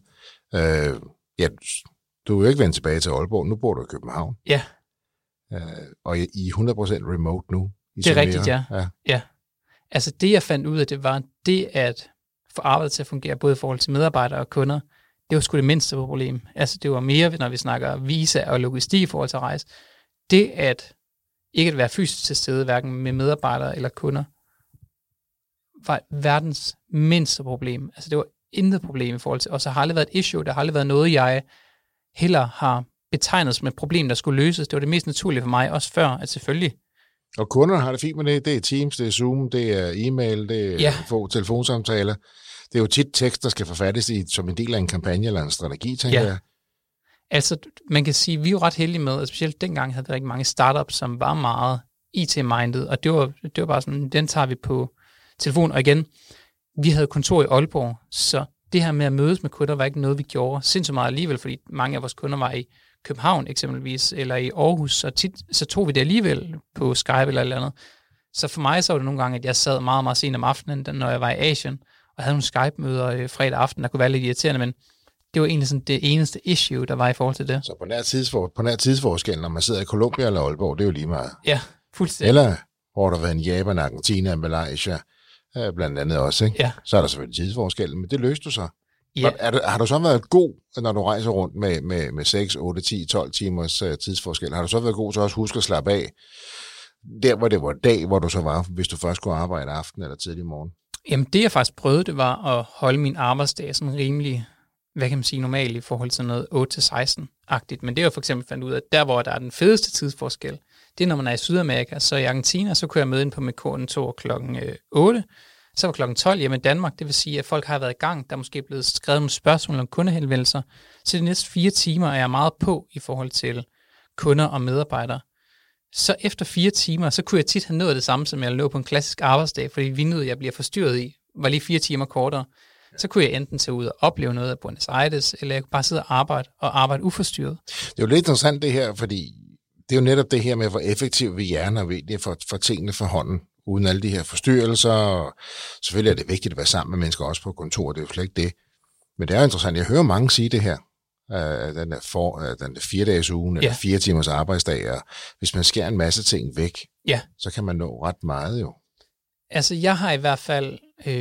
Du er jo ikke vendt tilbage til Aalborg, nu bor du i København. Ja. Og I er 100% remote nu. Det er rigtigt, ja. Altså det, jeg fandt ud af, det var det at få arbejdet til at fungere, både i forhold til medarbejdere og kunder, det var sgu det mindste problem. Altså det var mere, når vi snakker visa og logistik i forhold til at rejse. Det at ikke at være fysisk til stede, hverken med medarbejdere eller kunder, var verdens mindste problem. Altså det var intet problem i forhold til, og så har aldrig været et issue, der har aldrig været noget, jeg heller har betegnet som et problem, der skulle løses. Det var det mest naturlige for mig, også før, at selvfølgelig. Og kunderne har det fint med det. Det er Teams, det er Zoom, det er e-mail, det er få telefonsamtaler. Det er jo tit tekst, der skal forfattes som en del af en kampagne eller en strategi, tænker jeg. Altså, man kan sige, at vi er jo ret heldige med, at specielt dengang havde vi rigtig mange startups, som var meget IT-minded, og det var bare sådan, den tager vi på telefon. Og igen, vi havde kontor i Aalborg, så det her med at mødes med kunder var ikke noget, vi gjorde sindssygt meget alligevel, fordi mange af vores kunder var i København eksempelvis, eller i Aarhus, så tit så tog vi det alligevel på Skype eller et andet. Så for mig så var det nogle gange, at jeg sad meget, meget sent om aftenen, når jeg var i Asien, og havde nogle Skype-møder fredag aften, der kunne være lidt irriterende, men det var egentlig sådan det eneste issue, der var i forhold til det. Så på nær tidsforskel, når man sidder i Colombia eller Aalborg, det er jo lige meget. Ja, fuldstændig. Eller hvor der har været en Japan, Argentina, Malaysia, blandt andet også, ikke? Ja. Så er der selvfølgelig tidsforskel, men det løste du så. Ja. Har du så været god, når du rejser rundt med 6, 8, 10, 12 timers tidsforskel? Har du så været god til også huske at slappe af, der hvor det var dag, hvor du så var, hvis du først skulle arbejde aften eller tidlig morgen? Jamen det jeg faktisk prøvede, det var at holde min arbejdsdag sådan rimelig, hvad kan man sige, normalt i forhold til noget 8-16-agtigt. Men det er jo for eksempel fandt ud af, at der hvor der er den fedeste tidsforskel, det er, når man er i Sydamerika. Så i Argentina, så kunne jeg møde ind på mit kontor klokken 8. Så var klokken 12 hjemme i Danmark. Det vil sige, at folk har været i gang. Der er måske blevet skrevet nogle spørgsmål om kundehenvendelser. Så de næste 4 timer er jeg meget på i forhold til kunder og medarbejdere. Så efter 4 timer, så kunne jeg tit have nået det samme, som jeg lå på en klassisk arbejdsdag, fordi vinduet, jeg bliver forstyrret i, var lige 4 timer kortere. Så kunne jeg enten tage ud og opleve noget af Buenos Aires, eller jeg kunne bare sidde og arbejde uforstyrret. Det er jo lidt interessant det her, fordi det er jo netop det her med, hvor effektivt vi er, når vi får tingene for hånden, uden alle de her forstyrrelser. Og selvfølgelig er det vigtigt at være sammen med mennesker også på kontor, det er jo slet ikke det. Men det er jo interessant, jeg hører mange sige det her, den er 4-dages ugen, eller 4 timers arbejdsdag, og hvis man skærer en masse ting væk, så kan man nå ret meget jo. Altså jeg har i hvert fald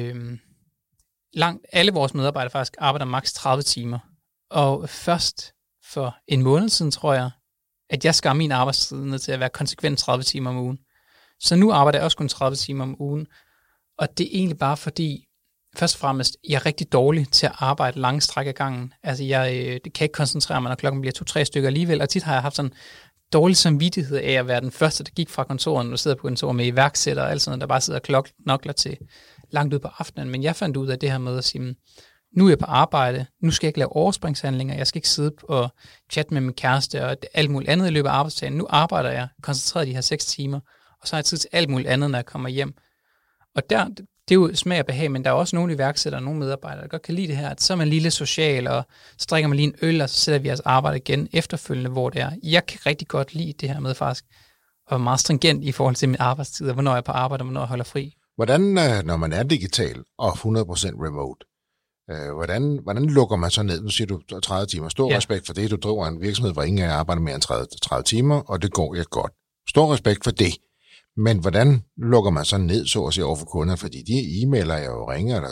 alle vores medarbejdere faktisk arbejder maks 30 timer, og først for en måned siden, tror jeg, at jeg skar min arbejdstid ned til at være konsekvent 30 timer om ugen. Så nu arbejder jeg også kun 30 timer om ugen, og det er egentlig bare fordi, først og fremmest, jeg er rigtig dårlig til at arbejde lange stræk ad gangen. Altså det kan ikke koncentrere mig, når klokken bliver 2-3 stykker alligevel, og tit har jeg haft sådan dårlig samvittighed af at være den første, der gik fra kontoret, når du sidder på kontoret med iværksætter og alt sådan noget, der bare sidder og knokler til langt ud på aftenen. Men jeg fandt ud af det her med at sige, nu er jeg på arbejde, nu skal jeg ikke lave overspringshandlinger, jeg skal ikke sidde og chatte med min kæreste og alt muligt andet i løbet af arbejdsdagen. Nu arbejder jeg koncentreret de her 6 timer, og så har jeg tid til alt muligt andet, når jeg kommer hjem. Og det er jo smag og behag, men der er også nogle iværksættere og nogle medarbejdere, der godt kan lide det her, at så er man lille social, og så drikker man lige en øl, og så sætter vi os arbejde igen efterfølgende, hvor det er. Jeg kan rigtig godt lide det her med faktisk at være meget stringent i forhold til min arbejdstid, og hvornår jeg er på arbejde, og hvornår jeg holder fri. Hvordan, når man er digital og 100% remote, hvordan lukker man så ned? Nu siger du 30 timer. Stor respekt for det. Du driver en virksomhed, hvor ingen af jer arbejder mere end 30 timer, og det går godt. Stor respekt for det. Men hvordan lukker man så ned, så at sige, over for kunder? Fordi de e-mailer jo ringer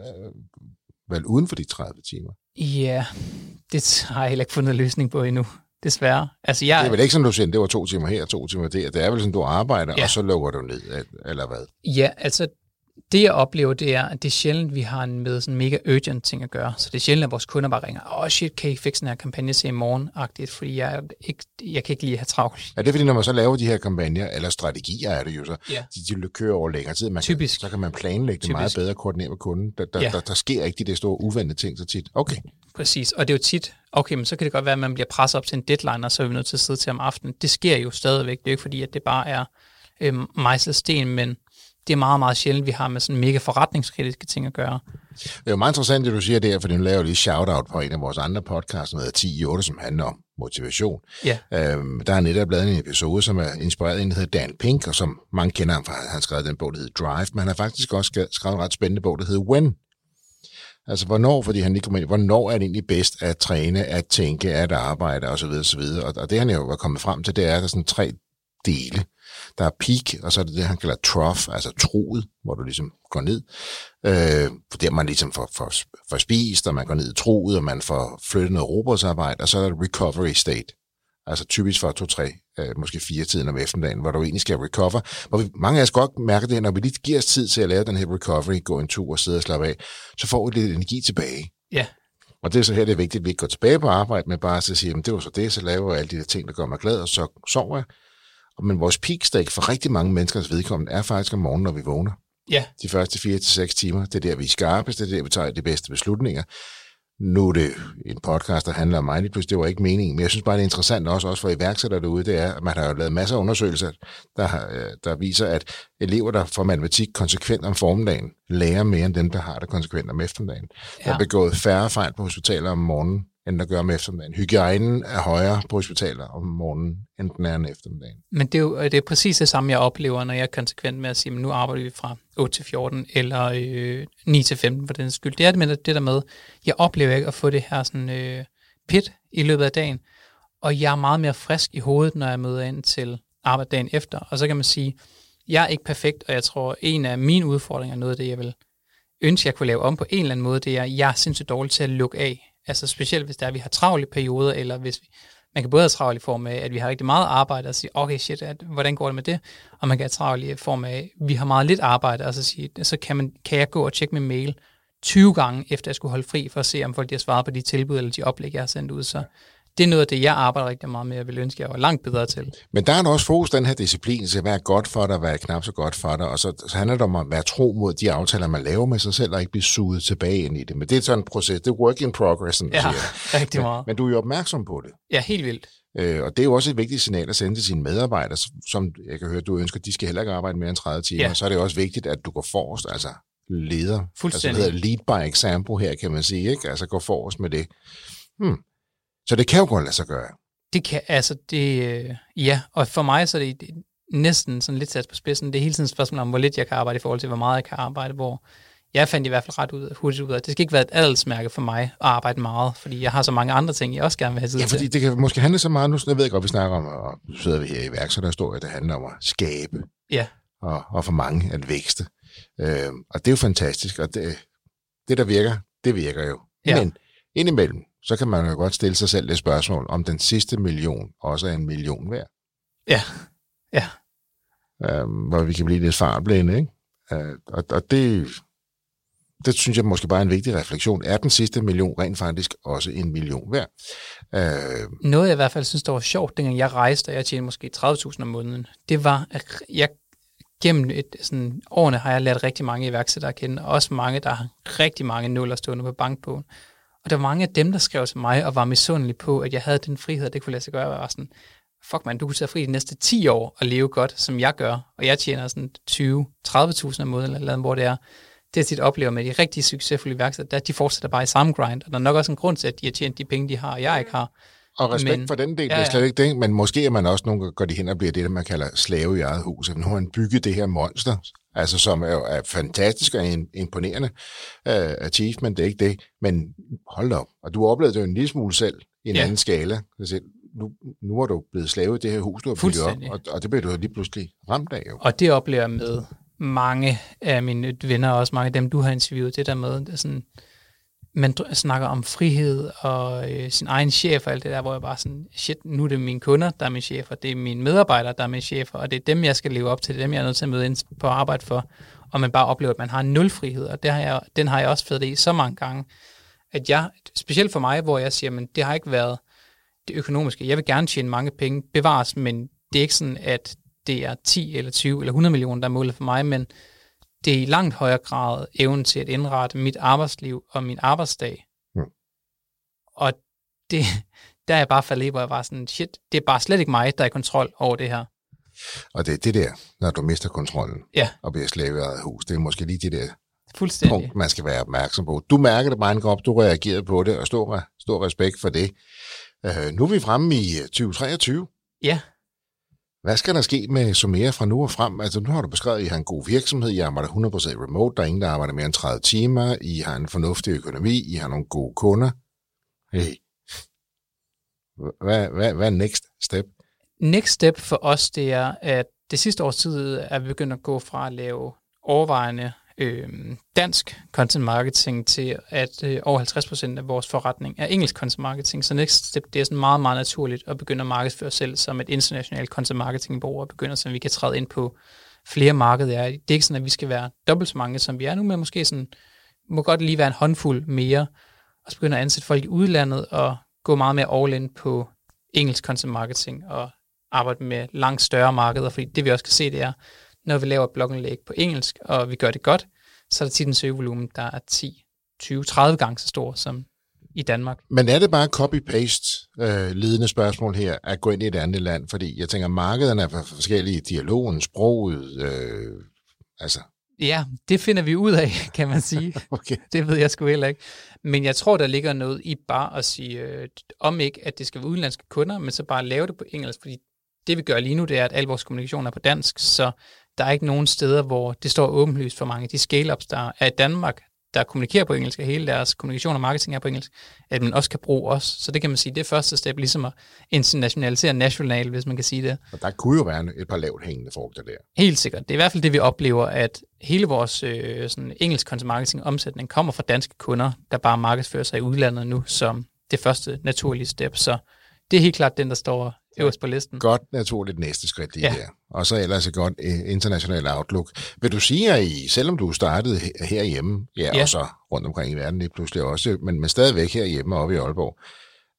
vel uden for de 30 timer. Ja, det har jeg heller ikke fundet en løsning på endnu, desværre. Altså, det er vel ikke sådan, du siger, det var 2 timer her, 2 timer der. Det er vel sådan, du arbejder, og så lukker du ned, eller hvad? Ja, altså det jeg oplever, det er, at det er sjældent, vi har med sådan mega urgent ting at gøre. Så det er sjældent, at vores kunder bare ringer, shit, kan I fikse den her kampagne til i morgen-agtigt, fordi jeg kan ikke lige have travlt. Er det fordi, når man så laver de her kampagner, eller strategier er det jo så, de kører over længere tid, så kan man planlægge det meget bedre, koordinere med kunden. Der sker ikke de der store uventede ting så tit. Okay. Præcis, og det er jo tit, okay, men så kan det godt være, at man bliver presset op til en deadline, og så er vi nødt til at sidde til om aftenen. Det sker jo stadigvæk. Det er jo ikke fordi, at det bare er mejslet sten, men det er meget, meget sjældent, vi har med sådan mega forretningskritiske ting at gøre. Det er jo meget interessant, det du siger der, for nu laver jeg lige shout-out på en af vores andre podcasts, som hedder 10-8, som handler om motivation. Ja. Der er netop lavet en episode, som er inspireret af en, der hedder Dan Pink, og som mange kender ham fra, han har skrevet den bog, der hedder Drive, men han har faktisk også skrevet en ret spændende bog, der hedder When. Altså, hvornår er det egentlig bedst at træne, at tænke, at arbejde, osv. Og det han jo er kommet frem til, det er, at der er sådan 3 dele. Der er peak, og så er det, han kalder trough, altså troet, hvor du ligesom går ned. Der man ligesom får spist, og man går ned i troet, og man får flyttet noget robotsarbejde, og så er der recovery state. Altså typisk for 2-3, måske 4 tiden om eftermiddagen, hvor du egentlig skal recover. Hvor mange af os godt mærker det, når vi lige giver os tid til at lave den her recovery, gå en tur og sidde og slappe af, så får vi lidt energi tilbage. Ja. Og det er så her, det er vigtigt, at vi ikke går tilbage på arbejde, men bare så siger, det var så det, så laver jeg alle de der ting, der gør mig glad, og så sover jeg. Men vores peak state for rigtig mange menneskers vedkommende er faktisk om morgenen, når vi vågner. Ja. De første 4-6 timer, det er der, vi er skarpest, det er der, vi tager de bedste beslutninger. Nu er det en podcast, der handler om mig lige pludselig, det var ikke meningen, men jeg synes bare, det er interessant også for iværksættere derude, det er, at man har jo lavet masser af undersøgelser, der viser, at elever, der får matematik konsekvent om formiddagen, lærer mere end dem, der har det konsekvent om eftermiddagen. Der er begået færre fejl på hospitaler om morgenen, end der gør om eftermiddagen. Hygiejnen er højere på hospitaler om morgenen, end den er om eftermiddagen. Men det er præcis det samme, jeg oplever, når jeg er konsekvent med at sige, at nu arbejder vi fra 8 til 14 eller 9 til 15 for den skyld. Det er det der med, jeg oplever ikke at få det her sådan, pit i løbet af dagen, og jeg er meget mere frisk i hovedet, når jeg møder ind til arbejde dagen efter. Og så kan man sige, jeg er ikke perfekt, og jeg tror, en af mine udfordringer, noget af det, jeg vil ønske, jeg kunne lave om på en eller anden måde, det er, at jeg er sindssygt dårlig til at lukke af. Altså specielt hvis vi har travle perioder, eller hvis man kan både have travl i form af, at vi har rigtig meget arbejde, og sige, okay shit, hvordan går det med det? Og man kan have travl i form af, at vi har meget lidt arbejde, og så sige, så kan jeg gå og tjekke min mail 20 gange, efter jeg skulle holde fri, for at se, om folk har svaret på de tilbud, eller de oplæg, jeg har sendt ud. Så det er noget af det, jeg arbejder rigtig meget med, og vil ønske, jeg var langt bedre til. Men der er også fokus den her disciplin til, hvad er godt for dig, hvad er knap så godt for dig, og så handler det om at være tro mod de aftaler, man laver med sig selv, og ikke blive suget tilbage ind i det. Men det er sådan en proces, det er work in progress, sådan siger rigtig meget. Men du er jo opmærksom på det. Ja, helt vildt. Og det er jo også et vigtigt signal at sende til sine medarbejdere, som jeg kan høre, du ønsker, de skal heller ikke arbejde mere end 30 timer. Ja. Så er det også vigtigt, at du går forrest, altså leder. Fuldstændig. Altså det hedder lead by example her, kan man sige, ikke? Altså gå forrest med det. Så det kan jo godt lade sig gøre. Det kan, altså det, ja, og for mig så er det næsten sådan lidt sat på spidsen. Det er hele tiden et spørgsmål om, hvor lidt jeg kan arbejde i forhold til, hvor meget jeg kan arbejde, hvor jeg fandt i hvert fald hurtigt ud af, at det skal ikke være et adelsmærke for mig at arbejde meget, fordi jeg har så mange andre ting, jeg også gerne vil have tid til. Ja, fordi det kan måske handle så meget, nu jeg ved godt, vi snakker om, og nu sidder vi her i iværksætterhistorie, det handler om at skabe, og for mange at vækste. Og det er jo fantastisk, og det der virker, det virker jo. Ja. Men indimellem, så kan man jo godt stille sig selv det spørgsmål, om den sidste million også er en million værd. Ja. Hvor vi kan blive lidt fartblinde, ikke? Og det synes jeg måske bare er en vigtig refleksion. Er den sidste million rent faktisk også en million værd? Noget jeg i hvert fald synes, der var sjovt, dengang jeg rejste, og jeg tjente måske 30.000 om måneden, det var, at jeg gennem årene har jeg lært rigtig mange iværksættere at kende, og også mange, der har rigtig mange nuller stående på bankbogen. Og der var mange af dem, der skrev til mig og var misundelige på, at jeg havde den frihed, det kunne lade sig gøre. Jeg var sådan, fuck man, du kunne tage fri de næste 10 år og leve godt, som jeg gør. Og jeg tjener sådan 20-30.000 om måneden, eller hvor det er. Det jeg tit oplever med de rigtig succesfulde iværksættere, de fortsætter bare i samme grind. Og der er nok også en grund til, at de har tjent de penge, de har, og jeg ikke har. Og respekt for den del, det er slet ikke det, men måske er man også nogle gange går de hen og bliver det, der man kalder slave i eget hus. Nu har man bygget det her monster, altså som er fantastisk og imponerende achievement, det er ikke det, men hold da op. Og du oplevede det jo en lille smule selv i en anden skala. Nu er du blevet slave i det her hus, du har bygget op, og det bliver du lige pludselig ramt af. Jo. Og det oplever jeg med mange af mine venner, og også mange af dem, du har interviewet, det der med, det er sådan, man snakker om frihed og sin egen chef og alt det der, hvor jeg bare sådan, shit, nu er det mine kunder, der er mine chefer, det er mine medarbejdere, der er mine chefer, og det er dem, jeg skal leve op til, det er dem, jeg er nødt til at møde ind på arbejde for, og man bare oplever, at man har nul frihed, og den har jeg også fået det i så mange gange, at jeg, specielt for mig, hvor jeg siger, men det har ikke været det økonomiske, jeg vil gerne tjene mange penge, bevares, men det er ikke sådan, at det er 10 eller 20 eller 100 millioner, der er målet for mig, men det er i langt højere grad evnen til at indrette mit arbejdsliv og min arbejdsdag. Og der er jeg bare faldet i, hvor jeg var sådan, shit, det er bare slet ikke mig, der er i kontrol over det her. Og det er det der, når du mister kontrollen og bliver slave i eget hus, det er måske lige det der punkt, man skal være opmærksom på. Du mærker det bare en krop, du reagerede på det, og stor respekt for det. Nu er vi fremme i 2023. Ja. Hvad skal der ske med Somera fra nu og frem? Altså nu har du beskrevet, at I har en god virksomhed, I arbejder 100% remote, der er ingen, der arbejder mere end 30 timer, I har en fornuftig økonomi, I har nogle gode kunder. Hey. Hvad er next step? Next step for os, det er, at det sidste års tid er vi begyndt at gå fra at lave overvejende dansk content marketing til, at over 50% af vores forretning er engelsk content marketing. Så next step, det er sådan meget, meget naturligt at begynde at markedsføre selv som et internationalt content marketing bureau og begynde, så vi kan træde ind på flere markeder. Det er ikke sådan, at vi skal være dobbelt så mange, som vi er nu, men måske sådan, må godt lige være en håndfuld mere, og så begynde at ansætte folk i udlandet og gå meget mere all in på engelsk content marketing og arbejde med langt større markeder, fordi det vi også kan se, det er, når vi laver et blogindlæg på engelsk, og vi gør det godt, så er der tit en søgevolumen, der er 10, 20, 30 gange så stor som i Danmark. Men er det bare copy-paste ledende spørgsmål her, at gå ind i et andet land? Fordi jeg tænker, markederne er forskellige, dialogen, sproget, altså... Ja, det finder vi ud af, kan man sige. Okay. Det ved jeg sgu heller ikke. Men jeg tror, der ligger noget i bare at sige, om ikke, at det skal være udenlandske kunder, men så bare lave det på engelsk, fordi det vi gør lige nu, det er, at al vores kommunikation er på dansk, så der er ikke nogen steder, hvor det står åbenlyst for mange af de scale-ups, der er i Danmark, der kommunikerer på engelsk, og hele deres kommunikation og marketing er på engelsk, at man også kan bruge os. Så det kan man sige, det er første step, ligesom at internationalisere national, hvis man kan sige det. Og der kunne jo være et par lavt hængende frugter der. Helt sikkert. Det er i hvert fald det, vi oplever, at hele vores sådan engelsk content marketing omsætning kommer fra danske kunder, der bare markedsfører sig i udlandet nu, som det første naturlige step. Så det er helt klart den, der står øverst på listen. Godt naturligt næste skridt lige der. Og så ellers et godt international outlook. Vil du sige, at selvom du startede herhjemme, og så rundt omkring i verden lige pludselig også, men stadigvæk herhjemme oppe i Aalborg,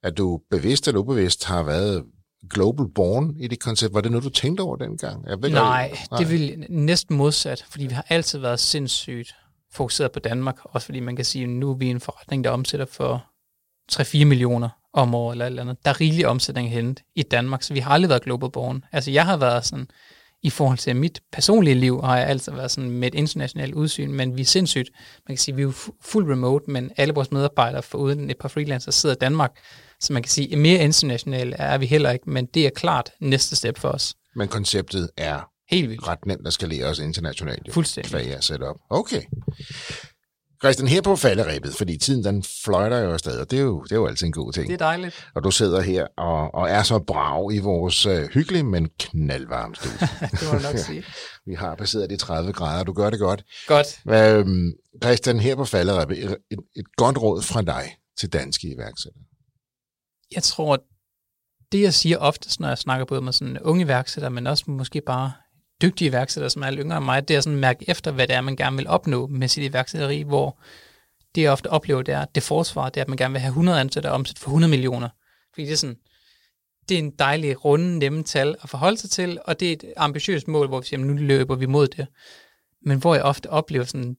at du bevidst eller ubevidst har været global born i det koncept? Var det noget, du tænkte over dengang? Nej, det vil næsten modsat, fordi vi har altid været sindssygt fokuseret på Danmark, også fordi man kan sige, at nu er vi en forretning, der omsætter for 3-4 millioner om året eller et eller andet. Der er rigelig omsætning hentet i Danmark, så vi har aldrig været global born. Altså jeg har været sådan, i forhold til mit personlige liv, har jeg altid været sådan med et internationalt udsyn, men vi er sindssygt, man kan sige, vi er jo fuld remote, men alle vores medarbejdere foruden et par freelancers sidder i Danmark, så man kan sige, mere internationale er vi heller ikke, men det er klart næste step for os. Men konceptet er helt vildt ret nemt at skalere os internationalt. Fuldstændig. Hvad jeg sætter op. Okay. Christian, her på falderebet, fordi tiden den fløjter jo afsted, og det er jo altid en god ting. Det er dejligt. Og du sidder her og er så brav i vores hyggelige, men knaldvarme studie. Det må jeg nok sige. Vi har passeret de 30 grader, du gør det godt. Godt. Christian, her på falderebet, et godt råd fra dig til danske iværksættere. Jeg tror, det jeg siger oftest, når jeg snakker både med sådan unge iværksættere, men også måske bare dygtige iværksættere, som er lidt yngre end mig, det er sådan at mærke efter, hvad det er, man gerne vil opnå med sit iværksætteri, hvor det jeg ofte oplever, det er, at det forsvar, det er, at man gerne vil have 100 ansatte og omsætte for 100 millioner. Fordi det er sådan, det er en dejlig, runde, nemme tal at forholde sig til, og det er et ambitiøst mål, hvor vi siger, nu løber vi mod det. Men hvor jeg ofte oplever sådan,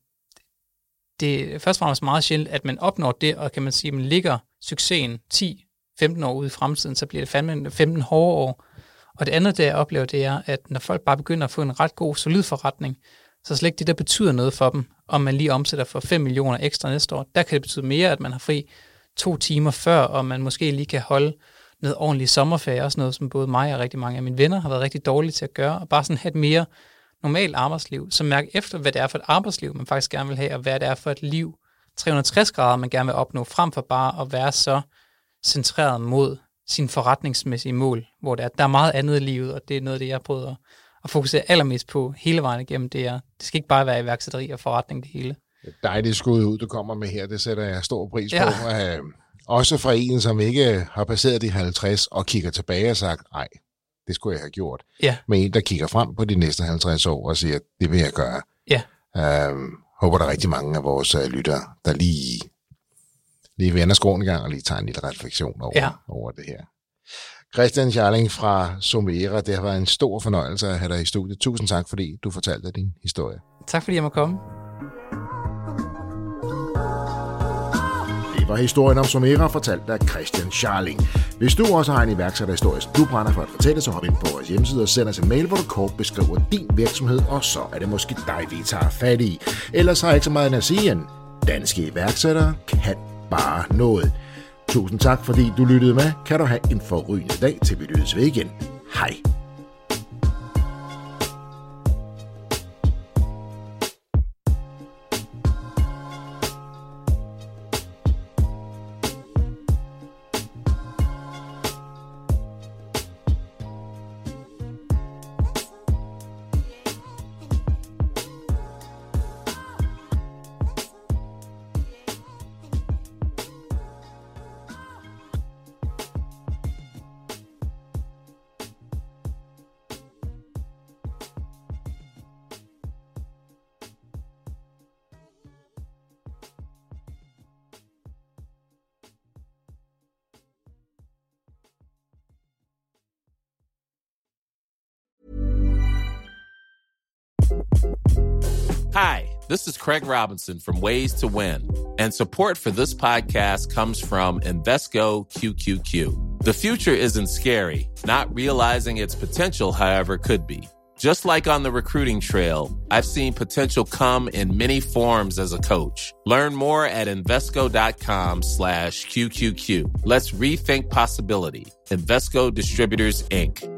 det er først og fremmest meget sjældent, at man opnår det, og kan man sige, at man ligger succesen 10-15 år ude i fremtiden, så bliver det fandme 15 hårde år. Og det andet, det jeg oplever, det er, at når folk bare begynder at få en ret god, solid forretning, så slet ikke det, der betyder noget for dem, om man lige omsætter for 5 millioner ekstra næste år. Der kan det betyde mere, at man har fri 2 timer før, og man måske lige kan holde noget ordentligt sommerferie, også noget, som både mig og rigtig mange af mine venner har været rigtig dårlige til at gøre, og bare sådan have et mere normalt arbejdsliv, så mærke efter, hvad det er for et arbejdsliv, man faktisk gerne vil have, og hvad det er for et liv, 360 grader, man gerne vil opnå, frem for bare at være så centreret mod sine forretningsmæssige mål, hvor der er meget andet i livet, og det er noget af det, jeg prøver at fokusere allermest på hele vejen igennem. Det skal ikke bare være iværksætteri og forretning det hele. Det er dejligt skud ud, du kommer med her. Det sætter jeg stor pris på. Også fra en, som ikke har passeret de 50 og kigger tilbage og sagt, nej, det skulle jeg have gjort. Ja. Men en, der kigger frem på de næste 50 år og siger, det vil jeg gøre. Ja. Håber, der er rigtig mange af vores lyttere, der lige vender skroen en gang og lige tager en lille refleksion over det her. Christian Scharling fra Somera, det har været en stor fornøjelse at have dig i studiet. Tusind tak, fordi du fortalte din historie. Tak, fordi jeg må komme. Det var historien om Somera, fortalt af Christian Scharling. Hvis du også har en iværksætterhistorie, du brænder for at fortælle, så hop ind på vores hjemmeside og send os en mail, hvor du kort beskriver din virksomhed, og så er det måske dig, vi tager fat i. Ellers har jeg ikke så meget at sige end, danske iværksættere kan bare noget. Tusind tak, fordi du lyttede med. Kan du have en forrygende dag, til vi lyttes ved igen. Hej. Hi, this is Craig Robinson from Ways to Win, and support for this podcast comes from Invesco QQQ. The future isn't scary. Not realizing its potential, however, could be. Just like on the recruiting trail, I've seen potential come in many forms as a coach. Learn more at Invesco.com/QQQ. Let's rethink possibility. Invesco Distributors, Inc.